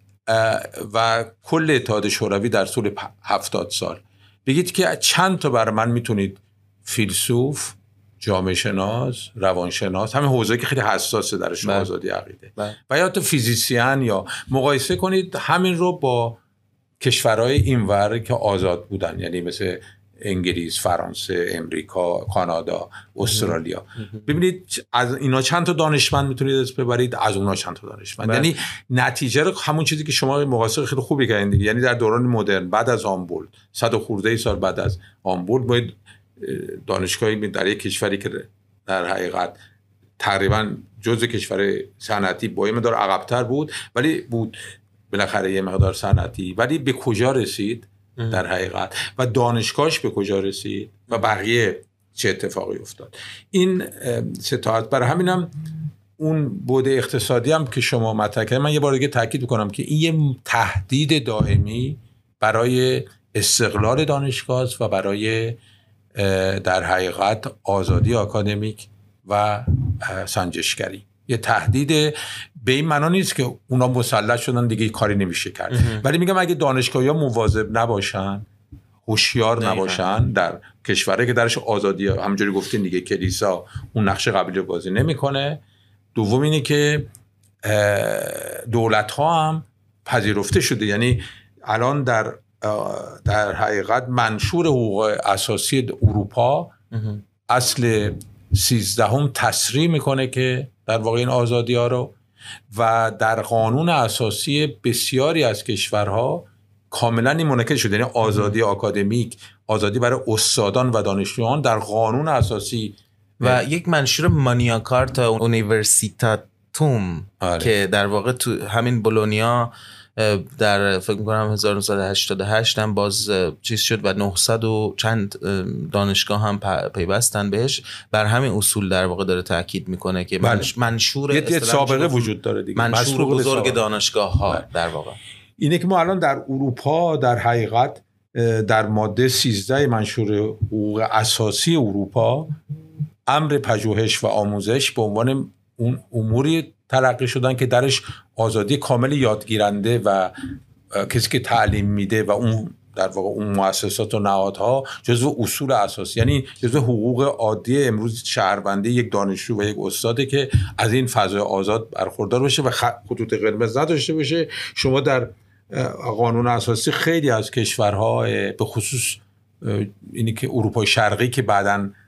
و کل اتحاد شوروی در طول هفتاد سال، بگید که چند تا برای من میتونید فیلسوف، جامعه شناس، روانشناس، همین حوزه‌ای که خیلی حساسه درش آزادی عقیده، و یا تو فیزیسین، یا مقایسه کنید همین رو با کشورهای اینور که آزاد بودن، یعنی مثل انگلیس، فرانسه، امریکا، کانادا، استرالیا. ببینید از اینا چند تا دانشمند میتونید از ببرید، از اونا چند تا دانشمند. یعنی نتیجه رو همون چیزی که شما مقایسه خیلی خوبی کردین دیگه. یعنی در دوران مدرن بعد از آمبولد، صد و خورده سال بعد از آمبولد، باید دانشگاهی در یک کشوری که در حقیقت تقریبا جزء کشور صنعتی با این مقدار عقب‌تر بود، ولی بود بالاخره یه مقدار صنعتی، ولی به کجا رسید در حقیقت و دانشگاهش به کجا رسید و بقیه چه اتفاقی افتاد. این ستاعت. برای همینم اون بود اقتصادی هم که شما مطرح کردید، من یه بار دیگه تاکید می‌کنم که این یه تهدید دائمی برای استقلال دانشگاه است و برای در حقیقت آزادی آکادمیک و سنجشگری. یه تهدید به این معنا نیست که اونا مسلط شدن دیگه کاری نمیشه کرد، ولی میگم اگه دانشگاه‌ها مواظب نباشن، هوشیار نباشن در کشوری که درش آزادی، همونجوری گفتین دیگه، کلیسا اون نقش قبلی رو بازی نمیکنه. دوم اینه که دولت‌ها هم پذیرفته شده، یعنی الان در در حقیقت منشور حقوق اساسی اروپا اصل سیزدهم تصریح میکنه که در واقع این آزادی ها رو، و در قانون اساسی بسیاری از کشورها کاملا این منعکس شده. یعنی آزادی آکادمیک، آزادی برای استادان و دانشجویان در قانون اساسی و یک منشور مانیا کارتا اونیورسیتاتوم که در واقع تو همین بولونیا در فکر می‌کنم هزار و نهصد و هشتاد و هشت هم باز چیز شد و نهصد و چند دانشگاه هم پیوستن بهش. بر همین اصول در واقع داره تاکید میکنه که بله. منشور یه سابقه وجود داره دیگه، منشور بزرگ دانشگاه ها بله. در واقع اینه که ما الان در اروپا در حقیقت در ماده سیزده منشور حقوق اساسی اروپا امر پژوهش و آموزش به عنوان اون اموری تلقی شدن که درش آزادی کامل یادگیرنده و کسی که تعلیم میده و اون در واقع اون مؤسسات و نهادها جزو اصول اساسی، یعنی جزو حقوق عادی امروز شهروندی یک دانشجو و یک استاده که از این فضای آزاد برخوردار بشه و خطوط قرمز نداشته باشه. شما در قانون اساسی خیلی از کشورها به خصوص اینی که اروپای شرقی که بعداً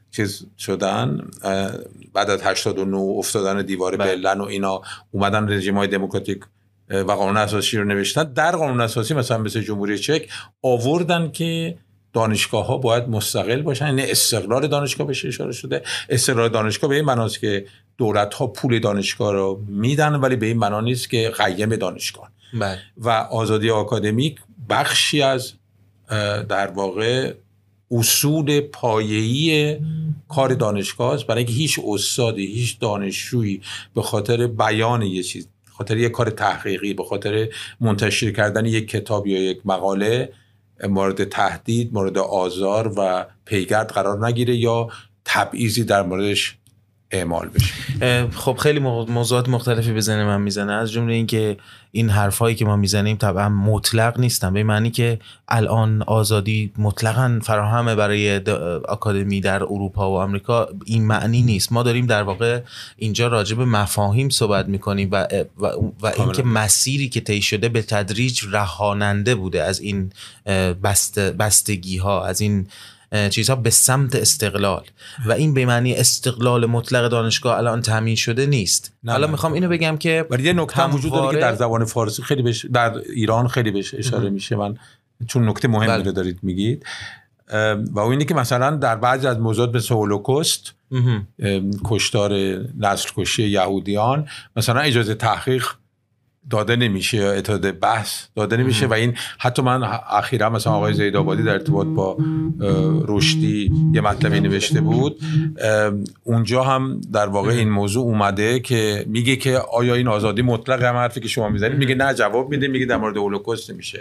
چیز شدن، بعد از هشتاد و نه افتادن دیوار برلین و اینا اومدن رژیم‌های دموکراتیک و قانون اساسی رو نوشتن. در قانون اساسی مثلا مثل جمهوری چک آوردن که دانشگاه‌ها باید مستقل باشن، یعنی استقلال دانشگاه بهش اشاره شده. استقلال دانشگاه به این معناست که دولت‌ها پول دانشگاه رو میدن، ولی به این معنی نیست که قیم دانشگاه. بله. و آزادی آکادمیک بخشی از در واقع اصول پایه‌ای کار دانشگاه است، برای اینکه هیچ استادی، هیچ دانشجویی به خاطر بیان یه چیز، به خاطر یک کار تحقیقی، به خاطر منتشر کردن یک کتاب یا یک مقاله مورد تهدید، مورد آزار و پیگرد قرار نگیره یا تبعیضی در موردش اعمال بشه. خب خیلی موضوعات مختلفی به ذهن من میزنه، از جمله این که این حرفایی که ما میزنیم طبعا مطلق نیستن، به معنی که الان آزادی مطلقاً فراهمه برای آکادمی در اروپا و آمریکا، این معنی نیست. ما داریم در واقع اینجا راجع به مفاهیم صحبت میکنیم و و, و اینکه مسیری که طی شده به تدریج رهاننده بوده از این بست بستگی ها، از این چیزها به سمت استقلال، و این به معنی استقلال مطلق دانشگاه الان تامین شده نیست. حالا میخوام اینو بگم که ولی یه نکته وجود داره که در زبان فارسی خیلی بهش، در ایران خیلی بهش اشاره میشه، من چون نکته مهمی رو دارید میگید، و اون اینه که مثلا در بعضی از موضوعات مثل هولوکاست، کشتار نسل کشی یهودیان، مثلا اجازه تحقیق داده نمیشه یا اطلاع بحث داده نمیشه. و این حتی من اخیرا مثلا آقای زیدآبادی در ارتباط با رشدی یه مطلبی نوشته بود، اونجا هم در واقع این موضوع اومده که میگه که آیا این آزادی مطلق هم حرفی که شما میزنید؟ میگه نه، جواب میده، میگه در مورد هولوکاست نمیشه.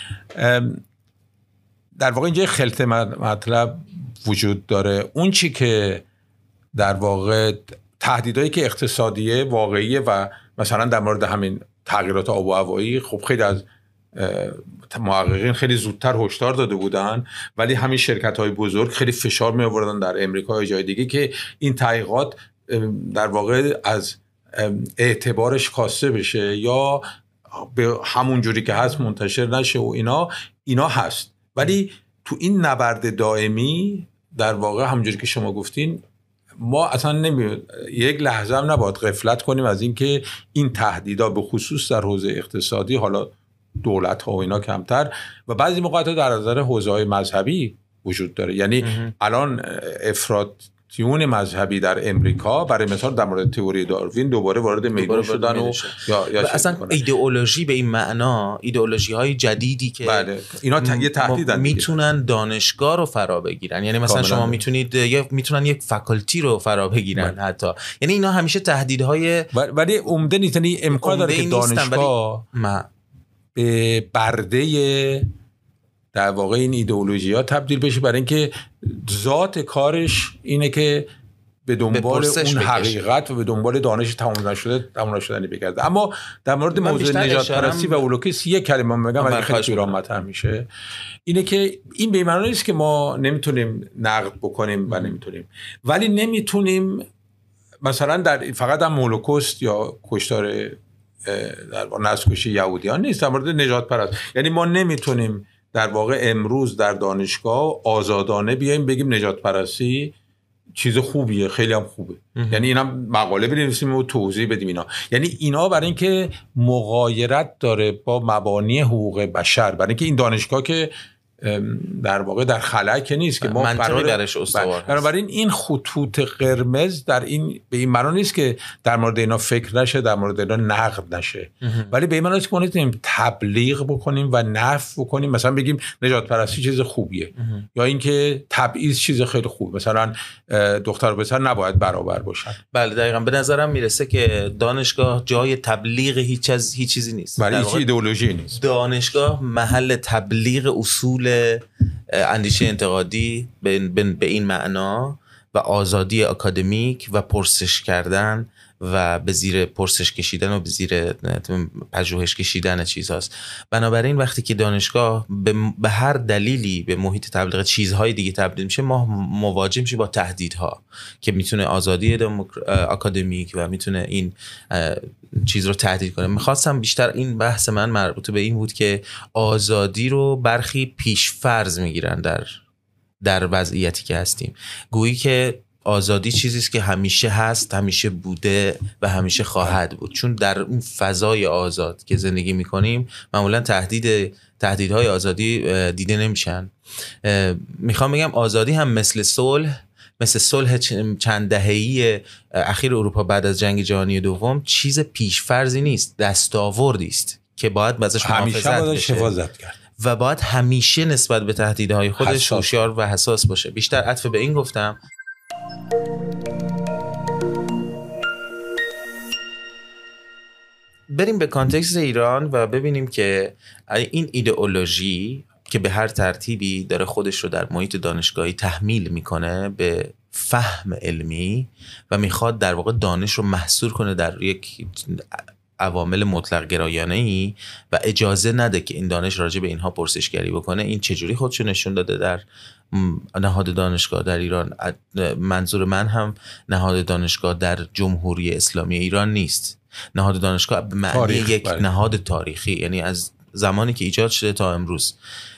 در واقع اینجا خلط مطلب وجود داره. اون چی که در واقع تهدیدایی که اقتصادیه واقعیه و مثلا در مورد همین تغییرات آب و هوایی، خب خیلی از محققین خیلی زودتر هشدار داده بودن، ولی همین شرکت‌های بزرگ خیلی فشار می آوردن در امریکا و جای دیگه که این تحقیقات در واقع از اعتبارش کاسته بشه یا به همون جوری که هست منتشر نشه و اینا اینا هست. ولی تو این نبرد دائمی در واقع همونجوری که شما گفتین، ما اصلا نمی یک لحظه هم نباید غفلت کنیم از این که این تهدیدها به خصوص در حوزه اقتصادی، حالا دولت ها و اینا کمتر، و بعضی موقعات در نظر حوزه های مذهبی وجود داره. یعنی الان افراطیون مذهبی در امریکا برای مثال در مورد تئوری داروین دوباره وارد میدان شدن و یا, یا اصلا ایدئولوژی به این معنا، ایدئولوژی های جدیدی که بله. اینا ت... یه تهدیدن میتونن دانشگاه رو فرا بگیرن، یعنی مثلا شما میتونید یا میتونن یک فاکالتی رو فرا بگیرن بله. حتی یعنی اینا همیشه تهدیدهای ولی عمده نیست، یعنی امکان داره که دانشگاه ما... به برده در واقع این ایدئولوژی ها تبدیل بشه، برای اینکه ذات کارش اینه که به دنبال اون بکشه. حقیقت و به دنبال دانش تمام نشده تمام نشدنی بگرده. اما در مورد موضوع نجات پرستی و هولوکاست یک کلمه میگم ولی خیلی ایران مطرح میشه، اینه که این به معنی نیست که ما نمیتونیم نقد بکنیم و نمیتونیم، ولی نمیتونیم مثلا در فقط هم هولوکاست یا کشتار در واقع نسل کشی یهودیان نیست، در مورد نجات پرست، یعنی ما نمیتونیم در واقع امروز در دانشگاه آزادانه بیایم بگیم نجات پرستی چیز خوبیه، خیلی هم خوبه، یعنی اینم مقاله بنویسیم و توضیح بدیم اینا. یعنی اینا برای اینکه مغایرت داره با مبانی حقوق بشر، برای اینکه این دانشگاه که در واقع در خلا که نیست که ما منطقی درش استوار هست. بنابراین این خطوط قرمز در این به این معنی نیست که در مورد اینا فکر نشه، در مورد اینا نقد نشه، ولی به این معنی است که ما نمیتونیم تبلیغ بکنیم و نفی بکنیم، مثلا بگیم نجات پرستی چیز خوبیه اه. یا اینکه تبعیض چیز خیلی خوبه، مثلا دختر و پسر نباید برابر باشن. بله دقیقاً به نظرم میرسه که دانشگاه جای تبلیغ هیچ از هیچ چیزی نیست، برای هیچ ایدئولوژی نیست. دانشگاه محل تبلیغ اصول اندیشه انتقادی به این معنا و آزادی اکادمیک و پرسش کردن و به زیر پرسش کشیدن و به زیر پژوهش کشیدن چیز هاست. بنابراین وقتی که دانشگاه به هر دلیلی به محیط تبلیغ چیزهای دیگه تبدیل میشه، ما مواجه میشیم با تهدیدها که میتونه آزادی اکادمیک و میتونه این چیز رو تهدید کنه. میخواستم بیشتر این بحث من مربوط به این بود که آزادی رو برخی پیشفرض میگیرن در در وضعیتی که هستیم. گویی که آزادی چیزی است که همیشه هست، همیشه بوده و همیشه خواهد بود، چون در اون فضای آزاد که زندگی میکنیم معمولا تهدید تهدیدهای آزادی دیده نمیشن. میخوام بگم آزادی هم مثل صلح مثل صلح چند دهه‌ای اخیر اروپا بعد از جنگ جهانی دوم چیز پیش‌فرضی نیست، دستاوردی است که باید ازش محافظت بشه حفاظت کرد و باید همیشه نسبت به تهدیدهای خودش هوشیار و حساس باشه. بیشتر عطف به این گفتم. بریم به کانتکست ایران و ببینیم که این ایدئولوژی که به هر ترتیبی داره خودش رو در محیط دانشگاهی تحمیل میکنه به فهم علمی و میخواد در واقع دانش رو محصور کنه در یک عوامل مطلق گرایانه‌ای و اجازه نده که این دانش راجع به اینها پرسشگری بکنه، این چجوری خودشو نشون داده در نهاد دانشگاه در ایران؟ منظور من هم نهاد دانشگاه در جمهوری اسلامی ایران نیست. نهاد دانشگاه به معنی یک بره. نهاد تاریخی، یعنی از زمانی که ایجاد شده تا امروز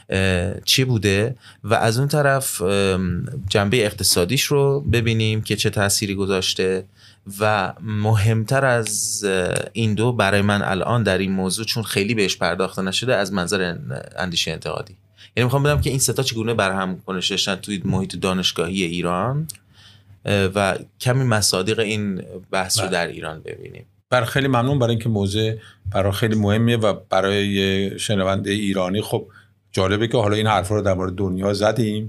چی بوده و از اون طرف جنبه اقتصادیش رو ببینیم که چه تأثیری گذاشته و مهمتر از این دو برای من الان در این موضوع چون خیلی بهش پرداخته نشده از منظر اندیشه انتقادی، یعنی میخوام بدم که این سه تا چگونه برهم کنش داشتن توی محیط دانشگاهی ایران و کمی مصادیق این بحث رو در ایران ببینیم. برای خیلی ممنون برای اینکه موضوع برای خیلی مهمیه و برای شنونده ایرانی خب جالبه که حالا این حرفا رو در مورد دنیا زدیم،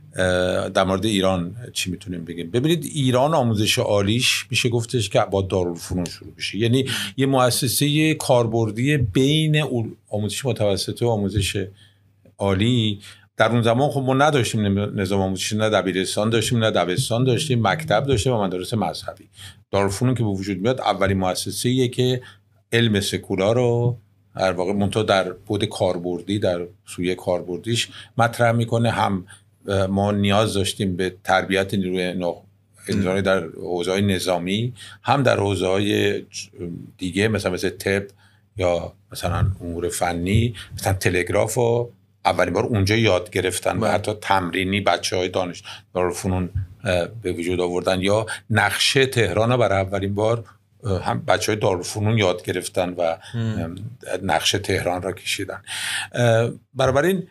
در مورد ایران چی میتونیم بگیم؟ ببینید ایران آموزش عالیش میشه گفتش که با دارالفنون شروع بشه، یعنی یه مؤسسه کاربردی بین آموزش متوسطه و آموزش عالی. در اون زمان خب ما نداشتیم نظام آموزشی، نه دبیرستان داشتیم نه دبستان داشتیم، مکتب داشتیم و مدارس مذهبی. دارالفنون که به وجود میاد اولین مؤسسه‌ایه که علم سکولار رو در واقع منتها در بعد کاربردی در سوی کاربردیش مطرح میکنه. هم ما نیاز داشتیم به تربیت نیروی انسانی در حوزه‌های نظامی، هم در حوزه‌های دیگه مثلا مثل طب یا مثلا امور فنی، مثلا تلگراف و اولین بار اونجا یاد گرفتن و حتی تمرینی بچه‌های دانش دارالفنون به وجود آوردن، یا نقشه تهران رو برای اولین بار هم بچه‌های دارالفنون یاد گرفتن و نقشه تهران را کشیدن. بنابراین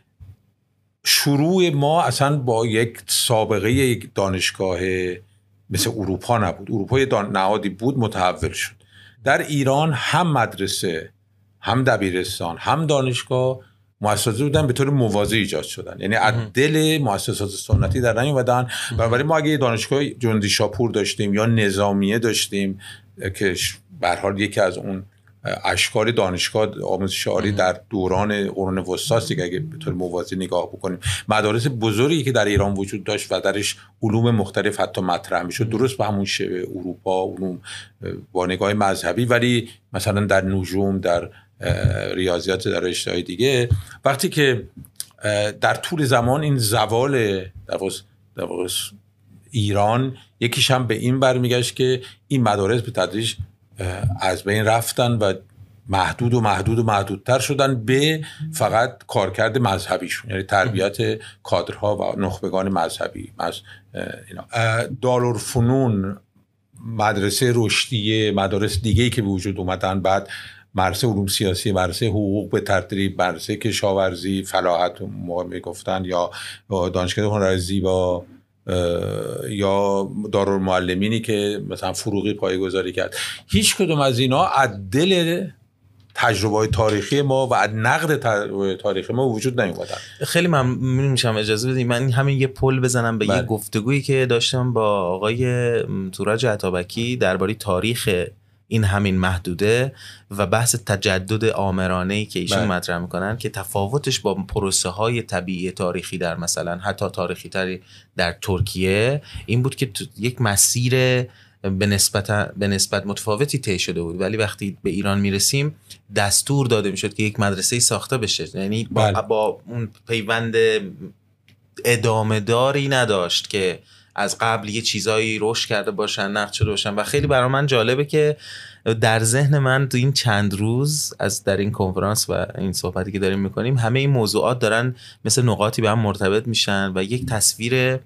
شروع ما اصلا با یک سابقه یک دانشگاه مثل اروپا نبود. اروپا یه نهادی بود متحول شد. در ایران هم مدرسه هم دبیرستان هم دانشگاه مؤسساتی بودن به طور موازی ایجاد شدن، یعنی از دل مؤسسات سنتی در نیومدن. بنابراین ما اگه دانشگاه جندی شاپور داشتیم یا نظامیه داشتیم که به هر حال یکی از اون اشکال دانشگاه آموزش عالی در دوران قرون وسطا است دیگه، اگه به طور موازی نگاه بکنیم مدارس بزرگی که در ایران وجود داشت و درش علوم مختلف حتی مطرح میشد، درست به همون شیوه اروپا، علوم با نگاه مذهبی، ولی مثلا در نجوم، در ریاضیات، در رشته‌های دیگه. وقتی که در طول زمان این زوال در واقع ایران یکیش هم به این برمیگشت که این مدارس به تدریج از بین رفتن و محدود و محدود و محدودتر شدن به فقط کارکرد مذهبیشون، یعنی تربیت کادرها و نخبگان مذهبی. دارالفنون، مدرسه رشدیه، مدارس دیگه‌ای که به وجود اومدن، بعد مدرسه علوم سیاسی، مدرسه حقوق به ترتیب، مدرسه کشاورزی، فلاحت موقع میگفتن، یا دانشگاه هنر زیبا، یا دارالمعلمینی که مثلا فروغی پایه‌گذاری کرد. هیچ کدوم از اینا از دل تجربه‌های تاریخی ما و از نقد تجربه تاریخی ما وجود نیومدن. خیلی ممنون میشم اجازه بدید من همین یه پل بزنم به بله. یه گفتگویی که داشتم با آقای تورج عطابکی درباره تاریخ این همین محدوده و بحث تجدد آمرانه‌ای که ایشون بله. مطرح میکنن که تفاوتش با پروسه های طبیعی تاریخی در مثلا حتی تاریخی تری در ترکیه این بود که یک مسیر به نسبت به نسبت متفاوتی طی شده بود، ولی وقتی به ایران میرسیم دستور داده میشد که یک مدرسه ساخته بشه، یعنی با, با اون پیوند ادامه داری نداشت که از قبل یه چیزایی رشد کرده باشن، نقد شده باشن. و خیلی برای من جالبه که در ذهن من تو این چند روز از در این کنفرانس و این صحبتی که داریم میکنیم همه این موضوعات دارن مثل نقاطی به هم مرتبط میشن و یک تصویر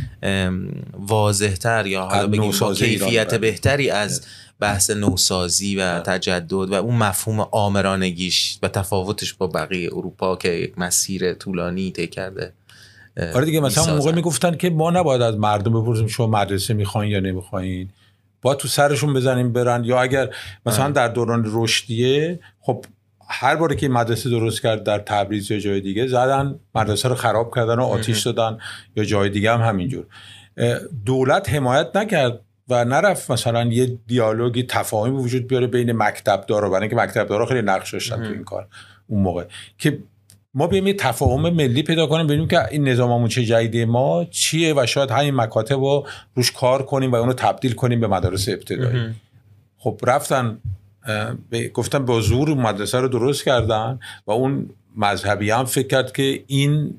واضح‌تر یا حالا بگیم با کیفیت بهتری از بحث نوسازی و تجدد و اون مفهوم آمرانگیش و تفاوتش با بقیه اروپا که یک مسیر طولانی طی کرده. آره دیگه، مثلا اون موقع میگفتن که ما نباید از مردم بپرسیم شما مدرسه میخواین یا نمیخواین، باید تو سرشون بزنیم برن. یا اگر مثلا در دوران رشدیه، خب هر باری که مدرسه درست کرد در تبریز یا جای دیگه زدن مدرسه رو خراب کردن و آتیش دادن، یا جای دیگه هم همینجور. دولت حمایت نکرد و نرفت مثلا یه دیالوگی تفاهمی وجود بیاره بین مکتبدارا، برای اینکه مکتبدارا خیلی نقش داشتن تو این کار اون موقع، که ما بیایم یه تفاهم ملی پیدا کنیم ببینیم که این نظام آموزشی جدید ما چیه و شاید همین مکاتب رو روش کار کنیم و اونو تبدیل کنیم به مدارس ابتدایی. خب رفتن گفتن با زور مدرسه رو درست کردن و اون مذهبی هم فکر کرد که این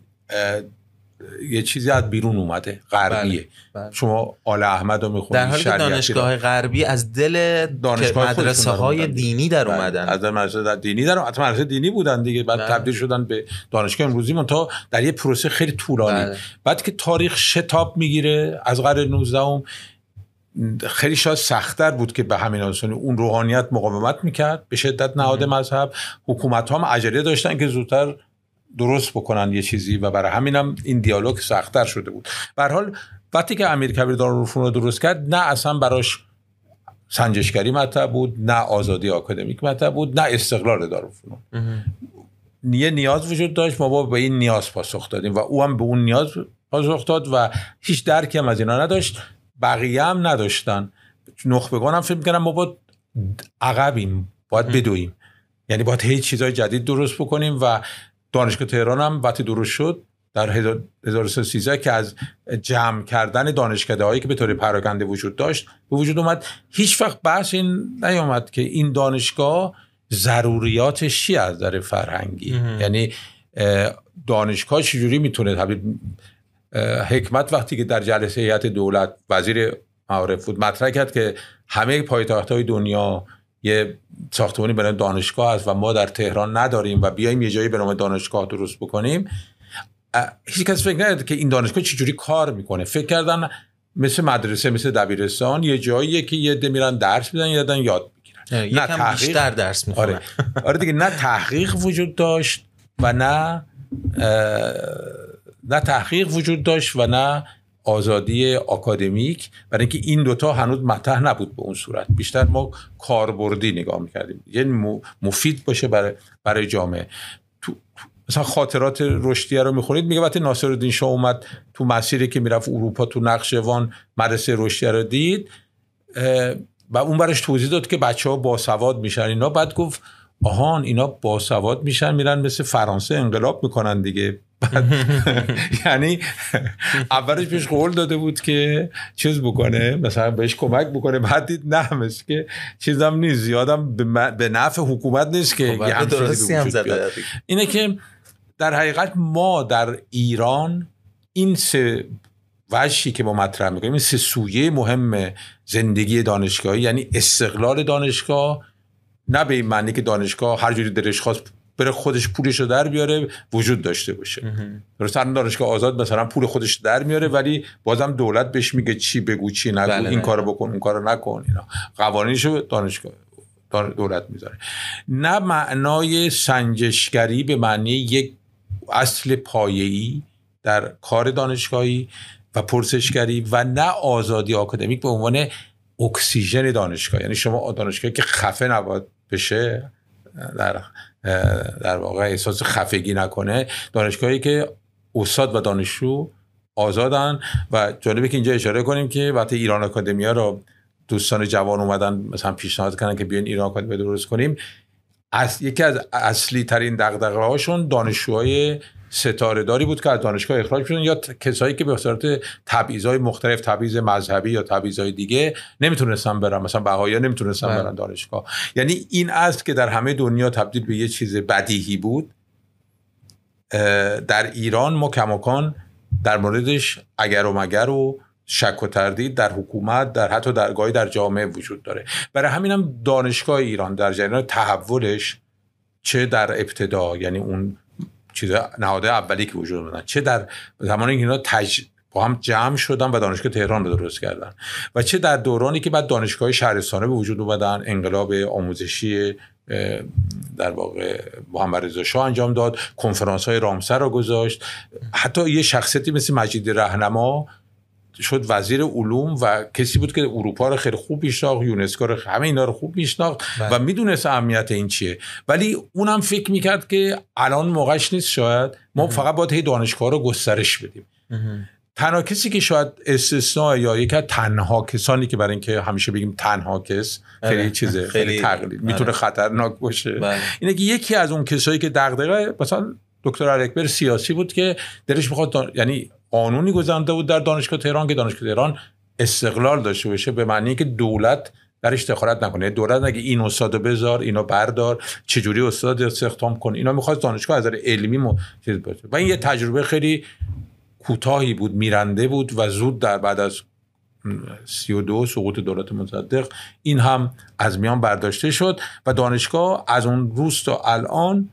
یه چیزی از بیرون اومده، غربیه. بله، بله. شما آل احمد رو میخونید، در حالی که دانشگاه غربی از دل مدرسه های دینی در اومدن، از مدرسه دینی در اومدن، مدرسه دینی بودن دیگه، بعد بله. تبدیل شدن به دانشگاه امروزی، منتها در یه پروسه خیلی طولانی. بله. بعد که تاریخ شتاب میگیره از قرن نوزدهم، خیلی شاید سخت‌تر بود که به همین آسانی اون روحانیت مقاومت میکرد به شدت نهاد مذهب. حکومت ها هم عجله داشتن که زودتر درست بکنن یه چیزی و برای همینم این دیالوگ سخت‌تر شده بود. به هر حال وقتی که امیرکبیر دارالعلوم رو درست کرد، نه اصلا براش سنجشگری مطرح بود، نه آزادی آکادمیک مطرح بود، نه استقلال دارالعلوم. یه نیاز وجود داشت، ما با به این نیاز پاسخ دادیم و او هم به اون نیاز پاسخ داد و هیچ درکی هم از اینا نداشت، بقیه هم نداشتن. نخبگان هم فکر می‌کردن ما باید عقبیم، باید بدویم، یعنی باید هیچ چیزای جدید درست بکنیم. و دانشگاه تهران هم وقتی درست شد در هزار و سیصد و سیزده که از جمع کردن دانشکده‌هایی که به طور پراکنده وجود داشت به وجود اومد، هیچ وقت بحث این نیامد که این دانشگاه ضروریاتش چی از نظر فرهنگی. یعنی دانشگاه چجوری میتونه تبدیل. حکمت وقتی که در جلسه هیئت دولت وزیر معارف بود مطرح کرد که همه پایتخت‌های دنیا یه ساختمانی به نام دانشگاه است و ما در تهران نداریم و بیایم یه جایی به نام دانشگاه درست بکنیم، هیچ کس فکر نکرد که این دانشگاه چجوری کار میکنه. فکر کردن مثل مدرسه، مثل دبیرستان، یه جاییه که یه عده میرن درس میدن، یه عده یاد میگیرن، نه تحقیق بیشتر درس میخونن. آره. آره دیگه، نه تحقیق وجود داشت و نه نه تحقیق وجود داشت و نه آزادی آکادمیک، برای اینکه این دوتا هنوز مطرح نبود به اون صورت. بیشتر ما کاربردی نگاه میکردیم، یعنی مفید باشه برای برای جامعه. تو مثلا خاطرات رشدیه رو میخونید، میگه وقتی ناصرالدین شاه اومد تو مسیری که میرفت اروپا، تو نقشوان مدرسه رشدیه رو دید و اون برش توضیح داد که بچه‌ها باسواد میشن اینا. بعد گفت آهان اینا باسواد میشن میرن مثل فرانسه انقلاب میکنن دیگه. یعنی اولش بهش قول داده بود که چیز بکنه، مثلا بهش کمک بکنه، بعد دید نه، مثل که چیزم نیست، زیادم به نفع حکومت نیست که یه درستی هم زده. اینه که در حقیقت ما در ایران این سه وجهی که ما مطرح میکنیم، این سه سویه مهم زندگی دانشگاهی، یعنی استقلال دانشگاه، نه به این معنی که دانشگاه هر جوری دلش خواست بره خودش پولش رو در بیاره، وجود داشته باشه. درسته دانشگاه آزاد مثلا پول خودش در میاره ولی بازم دولت بهش میگه چی بگو چی نگو، بله این کارو بکن اون کارو نکن، اینا قوانینشو دانشگاه دولت میذاره. نه معنای سنجشگری به معنی یک اصل پایه‌ای در کار دانشگاهی و پرسشگری، و نه آزادی آکادمیک به عنوان اکسیژن دانشگاه. یعنی شما دانشگاهی که خفه نباید بشه، در در واقع احساس خفگی نکنه، دانشگاهی که استاد و دانشجو آزادن. و جالبه که اینجا اشاره کنیم که وقتی ایران آکادمیا رو دوستان جوان اومدن مثلا پیشنهاد کردن که بیاین ایران آکادمی درست کنیم، از یکی از اصلی ترین دغدغه هاشون دانشجوهای ستاره داری بود که از دانشگاه اخراج شدن، یا کسایی که به صورت تبعیض‌های مختلف، تبعیض مذهبی یا تبعیض‌های دیگه نمیتونستن برن، مثلا بهائی‌ها نمیتونستن برن دانشگاه. یعنی این است که در همه دنیا تبدیل به یه چیز بدیهی بود. در ایران ما کماکان در موردش اگر و مگر و شک و تردید در حکومت، در حتی در گاهی در جامعه وجود داره. برای همین هم دانشگاه ایران در جریان تحولش، چه در ابتدا یعنی اون چیز نهادهای اولی که وجود داشتن، چه در زمانی که اینا تج... با هم جمع شدن و دانشگاه تهران رو درست کردن، و چه در دورانی که بعد دانشگاه شهرستانه به وجود اومدن، انقلاب آموزشی در واقع محمد رضا شاه انجام داد، کنفرانس های رامسر رو گذاشت، حتی یه شخصیتی مثل مجید رهنما شد وزیر علوم و کسی بود که اروپا رو خیلی خوب میشناخت، یونسکو رو، همه اینا رو خوب میشناخت و میدونست اهمیت این چیه. ولی اونم فکر میکرد که الان موقعش نیست، شاید ما فقط باید هی دانشگاه رو گسترش بدیم. تنها کسی که شاید استثناء یا یکی از تنها کسانی که برای اینکه همیشه بگیم تنها کس خیلی چیزه، خیلی تقلید میتونه خطرناک باشه، اینه که یکی از اون کسایی که دغدغه مثلا دکتر الاکبر سیاسی بود که دلش میخواد دان... یعنی قانونی گذارنده بود در دانشگاه تهران که دانشگاه تهران استقلال داشته باشه، به معنی که دولت درش دخالت نکنه. دولت نگه این استادو بذار، اینو بردار، چجوری استاد استخدام کن. اینا میخواد دانشگاه از نظر علمی م... چیز باشه. و این یه تجربه خیلی کوتاهی بود، میرنده بود و زود در بعد از سی و دو سقوط دولت مصدق این هم از میان برداشته شد و دانشگاه از اون روز تا الان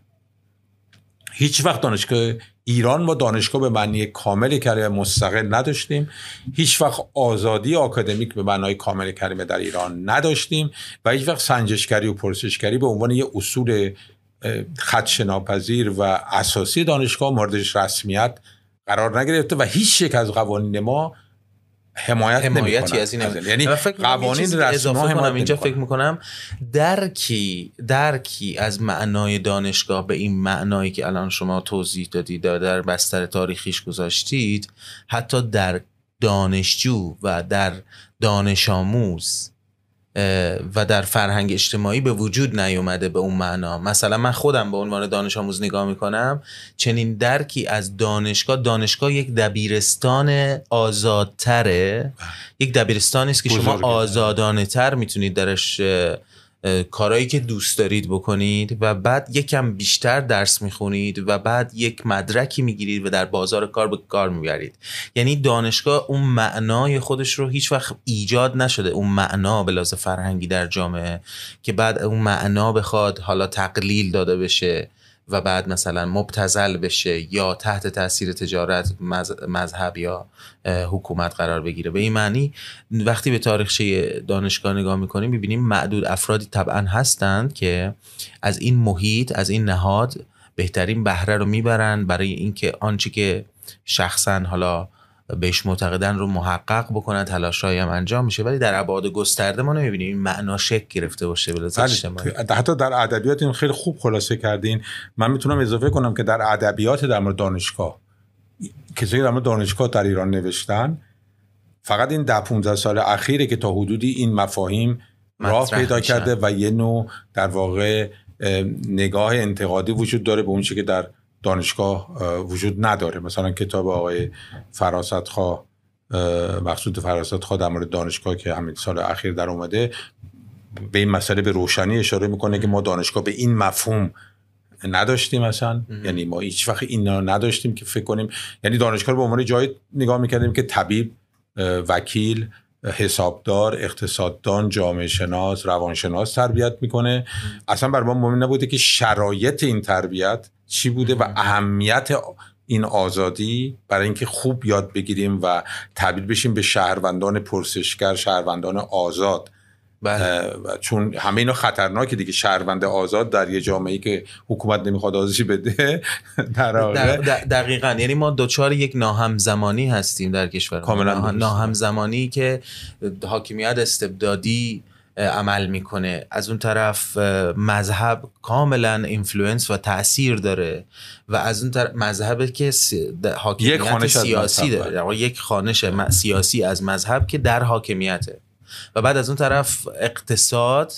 هیچ وقت دانشگاه ایران ما دانشگاه به معنی کامل کلمه مستقل نداشتیم، هیچ وقت آزادی آکادمیک به معنای کامل کلمه در ایران نداشتیم و هیچ وقت سنجشگری و پرسشگری به عنوان یه اصول خدشه‌ناپذیر و اساسی دانشگاه موردش رسمیت قرار نگرفته و هیچ یک از قوانین ما حمایت حمایتی از این نمی‌کنه. یعنی قوانین رسمی ما هم اینجا فکر میکنم درکی درکی از معنای دانشگاه به این معنایی که الان شما توضیح دادید در بستر تاریخیش گذاشتید، حتی در دانشجو و در دانش آموز و در فرهنگ اجتماعی به وجود نیومده به اون معنا. مثلا من خودم به عنوان دانش آموز نگاه میکنم، چنین درکی از دانشگاه، دانشگاه یک دبیرستان آزادتره، یک دبیرستانی است که شما آزادانه تر میتونید درش کارهایی که دوست دارید بکنید و بعد یکم بیشتر درس میخونید و بعد یک مدرکی میگیرید و در بازار کار به کار میبرید. یعنی دانشگاه اون معنای خودش رو هیچ وقت ایجاد نشده، اون معنا به لحاظ فرهنگی در جامعه که بعد اون معنا بخواد حالا تقلیل داده بشه و بعد مثلا مبتذل بشه یا تحت تاثیر تجارت، مذهب یا حکومت قرار بگیره. به این معنی وقتی به تاریخچه دانشگاه نگاه میکنیم میبینیم معدود افرادی طبعا هستند که از این محیط، از این نهاد بهترین بهره رو میبرن برای اینکه آنچه که شخصا حالا بهش معتقدن رو محقق بکنن، تلاشایی هم انجام میشه، ولی در ابعاد گسترده ما نمیبینیم این معنا شکل گرفته باشه به لحاظ اجتماعی. حتی در ادبیات این خیلی خوب خلاصه کردین. من میتونم اضافه کنم که در ادبیات در مورد دانشگاه، کسایی در مورد دانشگاه در ایران نوشتن، فقط این ده پانزده سال اخیره که تا حدودی این مفاهیم راه پیدا میشن. کرده و یه نوع در واقع نگاه انتقادی وجود داره به اون چیزی که در دانشگاه وجود نداره. مثلا کتاب آقای فراستخواه، مقصود فراستخواه در مورد دانشگاه که همین سال اخیر در اومده، به این مسئله به روشنی اشاره میکنه که ما دانشگاه به این مفهوم نداشتیم مثلا، یعنی ما هیچ وقت اینا نداشتیم که فکر کنیم، یعنی دانشگاه رو به عنوان جایی نگاه میکردیم که طبیب، وکیل، حسابدار، اقتصاددان، جامعه شناس، روانشناس تربیت میکنه. اصلا برای ما مهم نبوده که شرایط این تربیت چی بوده و اهمیت این آزادی برای اینکه خوب یاد بگیریم و تبدیل بشیم به شهروندان پرسشگر، شهروندان آزاد. بله. چون همه اینا خطرناکه دیگه. شهروند آزاد در یه جامعه‌ای که حکومت نمیخواد آزادی بده در واقع دقیقاً، یعنی ما دوچار یک ناهمزمانی هستیم در کشور، کاملا ناهمزمانی که حاکمیت استبدادی عمل میکنه، از اون طرف مذهب کاملا اینفلوئنس و تأثیر داره و از اون طرف مذهب که حاکمیت سیاسی داره، یک خانش سیاسی از مذهب که در حاکمیته، و بعد از اون طرف اقتصاد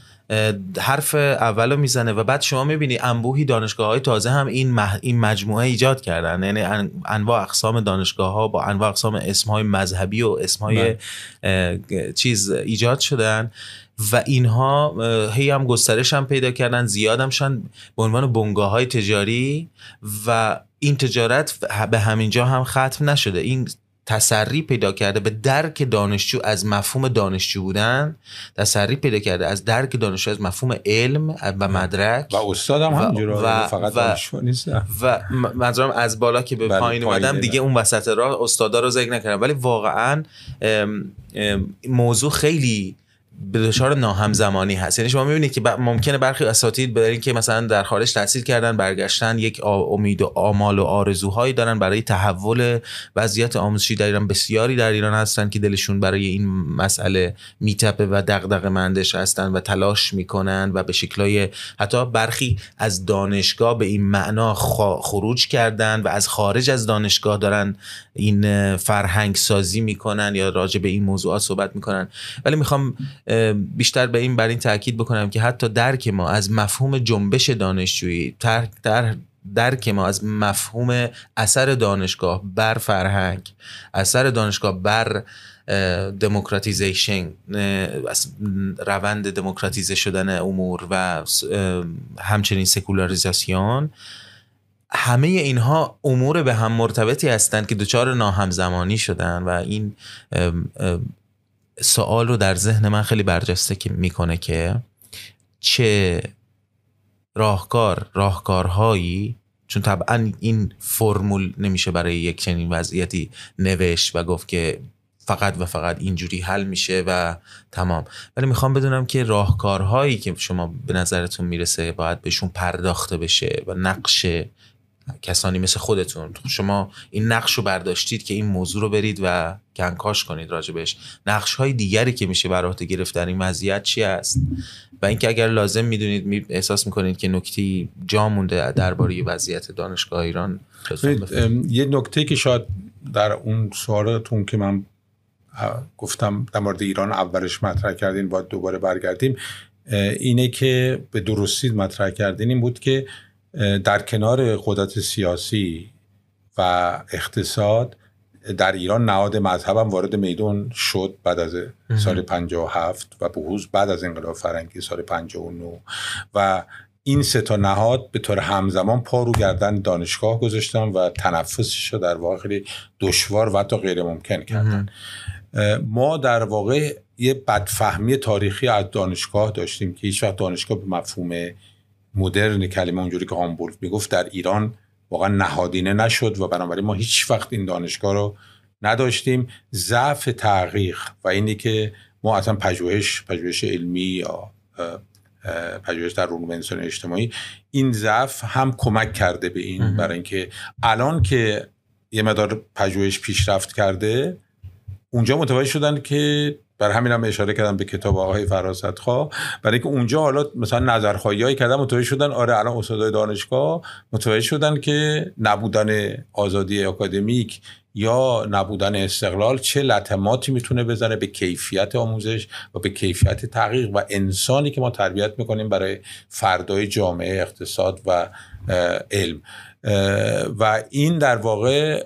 حرف اولو میزنه و بعد شما میبینی انبوهی دانشگاه‌های تازه هم این مح... این مجموعه ایجاد کردن، یعنی ان... انواع اقسام دانشگاه‌ها با انواع اقسام اسم‌های مذهبی و اسم‌های چیز ایجاد شدن و اینها هی هم گسترش هم پیدا کردن، زیاد هم شدن به عنوان بنگاه‌های تجاری و این تجارت به همین جا هم ختم نشده. این تسری پیدا کرده به درک دانشجو از مفهوم دانشجو بودن، تسری پیدا کرده از درک دانشجو از مفهوم علم و مدرک و استادم همینجوره و فقط و دانشجو نیستن و منظورم از بالا که به پایین اومدم دیگه اون وسط راه استادا رو ذکر نکردم، ولی واقعا ام ام موضوع خیلی به دچار ناهمزمانی هست. یعنی شما میبینید که ممکنه برخی اساتید برای اینکه مثلا در خارج تحصیل کردن برگشتن یک امید و آمال و آرزوهایی دارن برای تحول وضعیت آموزشی در ایران. بسیاری در ایران هستن که دلشون برای این مسئله میتپه و دغدغه مندش هستن و تلاش میکنن و به شکلای حتی برخی از دانشگاه به این معنا خروج کردن و از خارج از دانشگاه دارن این فرهنگ سازی میکنن یا راجع به این موضوعات صحبت میکنن. ولی میخوام بیشتر به این بر این تاکید بکنم که حتی درک ما از مفهوم جنبش دانشجویی، در درک ما از مفهوم اثر دانشگاه بر فرهنگ، اثر دانشگاه بر دموکراتیزیشن، روند دموکراتیزه شدن امور و همچنین سکولاریزاسیون، همه اینها امور به هم مرتبطی هستند که دچار ناهمزمانی شدن و این سوال رو در ذهن من خیلی برجسته که میکنه که چه راهکار راهکارهایی، چون طبعا این فرمول نمیشه برای یک چنین وضعیتی نوشت و گفت که فقط و فقط اینجوری حل میشه و تمام، ولی میخوام بدونم که راهکارهایی که شما به نظرتون میرسه باید بهشون پرداخته بشه و نقش کسانی مثل خودتون، شما این نقش رو برداشتید که این موضوع رو برید و کنکاش کنید راجبش، نقش های دیگری که میشه بر عهده گرفت در این وضعیت چی است و اینکه اگر لازم میدونید می احساس میکنید که نکتی جا مونده درباره وضعیت دانشگاه ایران. یه نکته که شاید در اون سوالتون که من گفتم در مورد ایران اولش مطرح کردین باید دوباره برگردیم، اینه که به درستی مطرح کردین این بود که در کنار قدرت سیاسی و اقتصاد در ایران نهاد مذهب هم وارد میدان شد بعد از سال پنجاه و هفت و بخصوص بعد از انقلاب فرنگی سال پنجاه و نه و این سه تا نهاد به طور همزمان پا رو گردن دانشگاه گذاشتن و تنفسش رو در واقع خیلی دشوار و حتی غیر ممکن کردن. ما در واقع یه بدفهمی تاریخی از دانشگاه داشتیم که هیچ وقت دانشگاه به مفهوم مدرن کلمه اونجوری که هامبورگ میگفت در ایران واقعا نهادینه نشد و بنابراین ما هیچ وقت این دانشگاه رو نداشتیم. ضعف تحقیق و اینی که ما اصلا پژوهش پژوهش علمی یا پژوهش در علوم انسانی اجتماعی، این ضعف هم کمک کرده به این، برای اینکه الان که یه مقدار پژوهش پیشرفت کرده اونجا متوجه شدن که، برای همین هم اشاره کردم به کتاب آقای فراستخواه، برای اینکه اونجا حالا مثلا نظرخواهی‌هایی کردن متوجه شدن آره الان استادای دانشگاه متوجه شدن که نبودن آزادی آکادمیک یا نبودن استقلال چه لطماتی میتونه بزنه به کیفیت آموزش و به کیفیت تحقیق و انسانی که ما تربیت میکنیم برای فردای جامعه، اقتصاد و علم. و این در واقع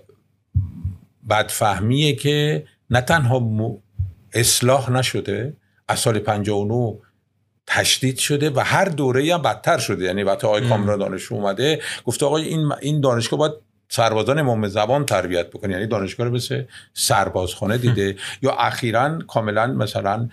بدفهمیه که نه تنها م... اصلاح نشده، از سال پنجاه و نه تشدید شده و هر دوره‌ای هم بدتر شده. یعنی وقتی آقای کامران دانشجو اومده گفته آقا این این دانشگاه باید سربازان امام زمان تربیت بکنه، یعنی دانشگاه رو مثل سربازخانه دیده. یا اخیراً کاملاً مثلا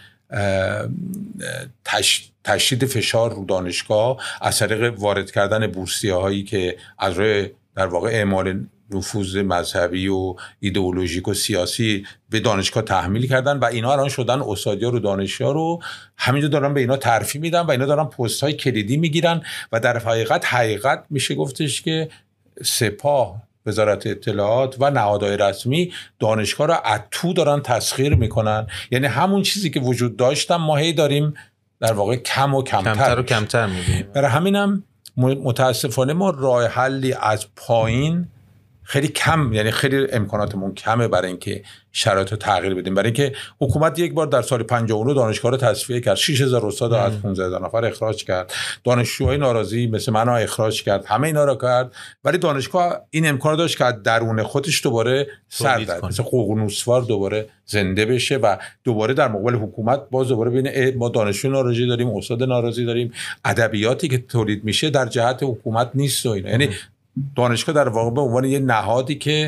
تش... تشدید فشار رو دانشگاه از طریق وارد کردن بورسیه‌هایی که از روی در واقع اعمال نفوذ مذهبی و ایدئولوژیک و سیاسی به دانشگاه تحمیل کردن و اینا الان شدن استادیا رو دانشجو رو همینجا دارن به اینا ترفیع میدن و اینا دارن پست های کلیدی میگیرن و در حقیقت حقیقت میشه گفتش که سپاه، وزارت اطلاعات و نهادهای رسمی دانشگاه رو از تو دارن تسخیر میکنن. یعنی همون چیزی که وجود داشتن ما هی داریم در واقع کم و کمتر کمتر و کمتر میبینیم. برای همینم متاسفانه ما راه حلی از پایین خیلی کم، یعنی خیلی امکاناتمون کمه برای اینکه شرایط رو تغییر بدیم. برای اینکه حکومت یک بار در سال پنجاه و نه دانشگاه رو تصفیه کرد، شش هزار استاد رو از پانزده هزار نفر اخراج کرد، دانشجوهای ناراضی مثل من ها اخراج کرد، همه اینا رو کرد، ولی دانشگاه این امکان داشت که درون خودش دوباره سر در مثل ققنوسوار دوباره زنده بشه و دوباره در مقابل حکومت باز دوباره ببینه ما دانشجو ناراضی داریم، استاد ناراضی داریم، ادبیاتی که تولید میشه در جهت حکومت نیست و اینا. یعنی دانشگاه در واقع به عنوان یه نهادی که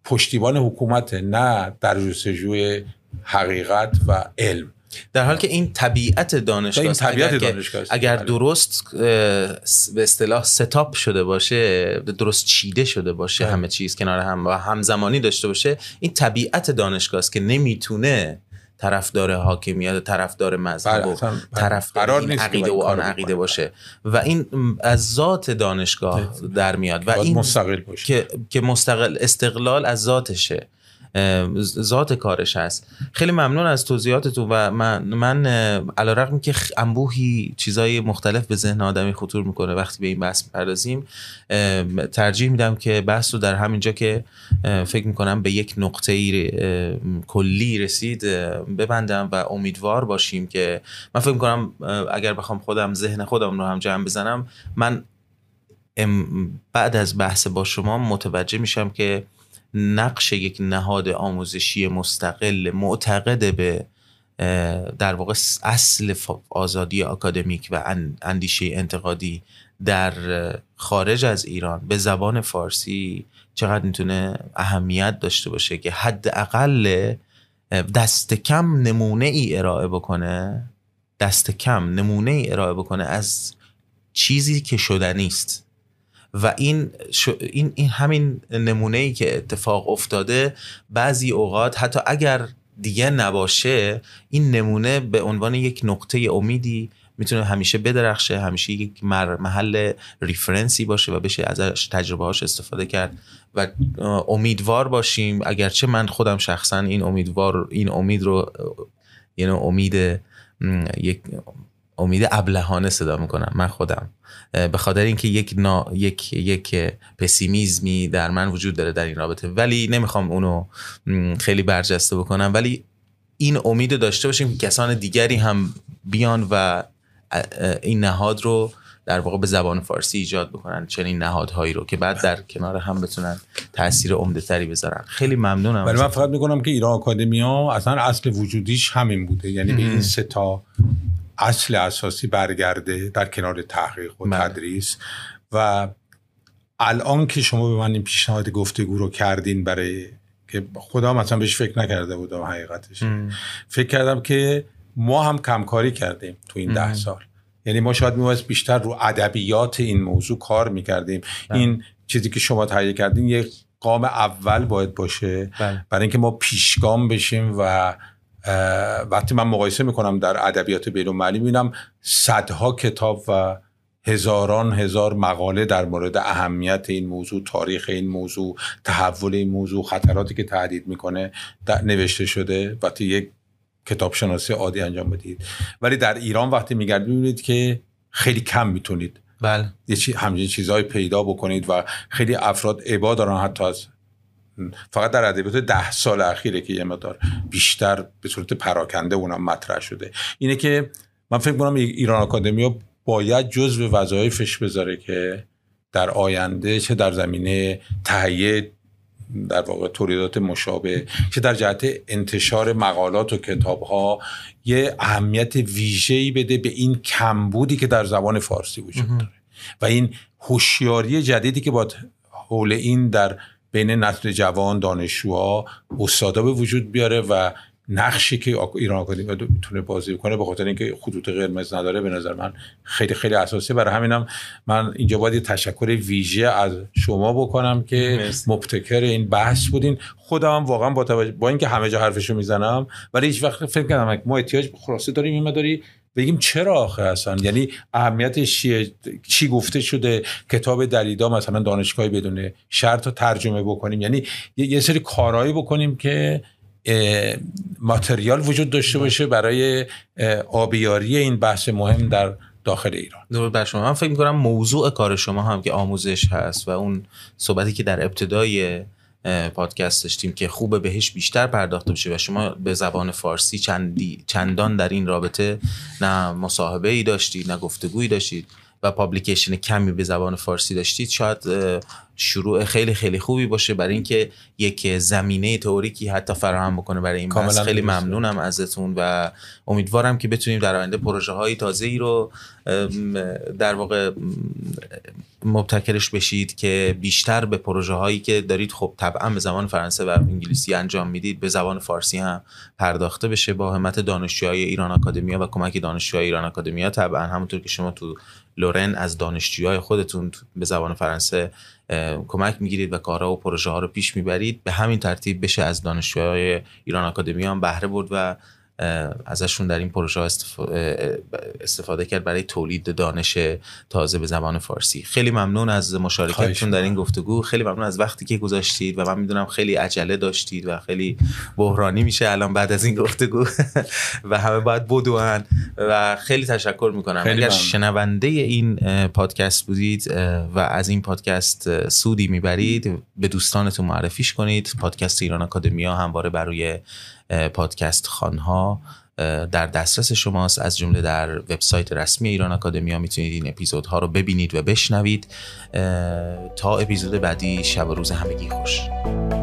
پشتیبان حکومت، نه در جستجوی حقیقت و علم. در حالی که این طبیعت دانشگاه این طبیعت اگر, دانشگاه اگر درست به اصطلاح ستاپ شده باشه، درست چیده شده باشه، همه چیز کنار هم و همزمانی داشته باشه، این طبیعت دانشگاه است که نمیتونه طرفدار حاکمیت، طرفدار مذهب و طرفدار این عقیده و آن عقیده باشه و این از ذات دانشگاه در میاد و این مستقل باشه که که مستقل استقلال از ذاتشه، ذات کارش هست. خیلی ممنون از توضیحاتتون و من من علیرغم که انبوهی چیزای مختلف به ذهن آدمی خطور میکنه وقتی به این بحث میپردازیم، ترجیح میدم که بحث رو در همینجا که فکر میکنم به یک نقطه کلی رسید ببندم و امیدوار باشیم که من فکر میکنم اگر بخوام خودم ذهن خودم رو هم جمع بزنم، من بعد از بحث با شما متوجه میشم که نقش یک نهاد آموزشی مستقل معتقد به در واقع اصل آزادی آکادمیک و اندیشه انتقادی در خارج از ایران به زبان فارسی چقدر میتونه اهمیت داشته باشه که حداقل دست کم نمونه ای ارائه بکنه دست کم نمونه ای ارائه بکنه از چیزی که شدنی است. و این, این این همین نمونه‌ای که اتفاق افتاده بعضی اوقات حتی اگر دیگه نباشه، این نمونه به عنوان یک نقطه امیدی میتونه همیشه بدرخشه، همیشه یک محل ریفرنسی باشه و بشه ازش تجربه هاش استفاده کرد و امیدوار باشیم. اگرچه من خودم شخصا این امیدوار این امید رو یعنی امید یک امید ابلهانه صدا میکنم من خودم، به خاطر اینکه یک نا، یک یک پسیمیزمی در من وجود داره در این رابطه، ولی نمیخوام اونو خیلی برجسته بکنم، ولی این امید داشته باشیم که کسان دیگری هم بیان و این نهاد رو در واقع به زبان فارسی ایجاد بکنن، چنین نهادهایی رو که بعد در کنار هم بتونن تاثیر عمده تری بذارن. خیلی ممنونم. ولی من فقط میگم که ایران آکادمیا اصلا اصل وجودیش همین بوده، یعنی به این سه تا اصل اساسی برگرده در کنار تحقیق و تدریس. و الان که شما به من این پیشنهاد گفتگو رو کردین، برای که خدا مثلا بهش فکر نکرده بودم حقیقتش، ام. فکر کردم که ما هم کمکاری کردیم تو این ام. ده سال، یعنی ما شاید می‌بایست بیشتر رو ادبیات این موضوع کار می‌کردیم. این چیزی که شما تهیه کردین یک گام اول باید باشه بله. برای اینکه ما پیشگام بشیم و وقتی من مقایسه میکنم در ادبیات بین‌المللی میبینم صدها کتاب و هزاران هزار مقاله در مورد اهمیت این موضوع، تاریخ این موضوع، تحول این موضوع، خطراتی که تهدید میکنه نوشته شده وقتی یک کتاب شناسی عادی انجام بدید. ولی در ایران وقتی میگردید میبینید که خیلی کم میتونید بله یه چی همچین چیزهای پیدا بکنید و خیلی افراد ابا دارن حتی از فقط در ادبیات ده سال اخیره که یه مقدار بیشتر به صورت پراکنده اونم مطرح شده. اینه که من فکر می‌کنم ایران آکادمیا باید جزو وظایفش بذاره که در آینده چه در زمینه تهیه در واقع تولیدات مشابه، چه در جهت انتشار مقالات و کتاب‌ها یه اهمیت ویژه‌ای بده به این کمبودی که در زبان فارسی وجود داره و این هوشیاری جدیدی که با حول این در بین نسل جوان، دانشجوها، استادا به وجود بیاره و نقشی که ایران آکادمیا میتونه بازی کنه، به خاطر اینکه خطوط قرمز نداره، به نظر من خیلی خیلی اساسیه. برای همینم من اینجا باید تشکر ویژه از شما بکنم که مرسی. مبتکر این بحث بودین. خودم واقعا با توجه با اینکه همه جا حرفشو میزنم ولی هیچ وقت فکر کردم ما احتیاج به خلاصه داریم، این مداری بگیم چرا آخه اصلا، یعنی اهمیتش چیه، چی گفته شده، کتاب دلیدا مثلا دانشگاهی بدون شرط رو ترجمه بکنیم، یعنی یه سری کارهایی بکنیم که ماتریال وجود داشته باشه برای آبیاری این بحث مهم در داخل ایران. درود بر شما. من فکر می‌کنم موضوع کار شما هم که آموزش هست و اون صحبتی که در ابتدای پادکست داشتیم که خوبه بهش بیشتر پرداخته بشه و شما به زبان فارسی چندی چندان در این رابطه نه مصاحبه‌ای داشتید نه گفتگویی داشتید و پابلیکیشن کمی به زبان فارسی داشتید شاید شروع خیلی خیلی خوبی باشه برای اینکه یک زمینه تئوریکی حتی فراهم بکنه برای این بحث. خیلی ممنونم ازتون و امیدوارم که بتونیم در آینده پروژه های تازه‌ای رو در واقع مبتکرش بشید که بیشتر به پروژه هایی که دارید خب طبعا به زبان فرانسه و انگلیسی انجام میدید به زبان فارسی هم پرداخته بشه با همت دانشجوهای ایران آکادمیا و کمک دانشجوهای ایران آکادمیا. طبعا همونطور که شما تو لورن از دانشجوهای خودتون به زبان فرانسه کمک میگیرید و کارها و پروژه ها رو پیش میبرید، به همین ترتیب بشه از دانشجوهای ایران آکادمیا هم بهره برد و ازشون در این پروژه استفاده کرد برای تولید دانش تازه به زبان فارسی. خیلی ممنون از مشارکتتون در این گفتگو، خیلی ممنون از وقتی که گذاشتید و من میدونم خیلی عجله داشتید و خیلی بحرانی میشه الان بعد از این گفتگو و همه باید بدوئن و خیلی تشکر میکنم. اگر شنونده این پادکست بودید و از این پادکست سودی میبرید به دوستانتون معرفیش کنید. پادکست ایران آکادمیا همواره برای پادکست خوانها در دسترس شماست، از جمله در وبسایت رسمی ایران آکادمیا میتونید این اپیزودها رو ببینید و بشنوید. تا اپیزود بعدی شب و روز همگی خوش.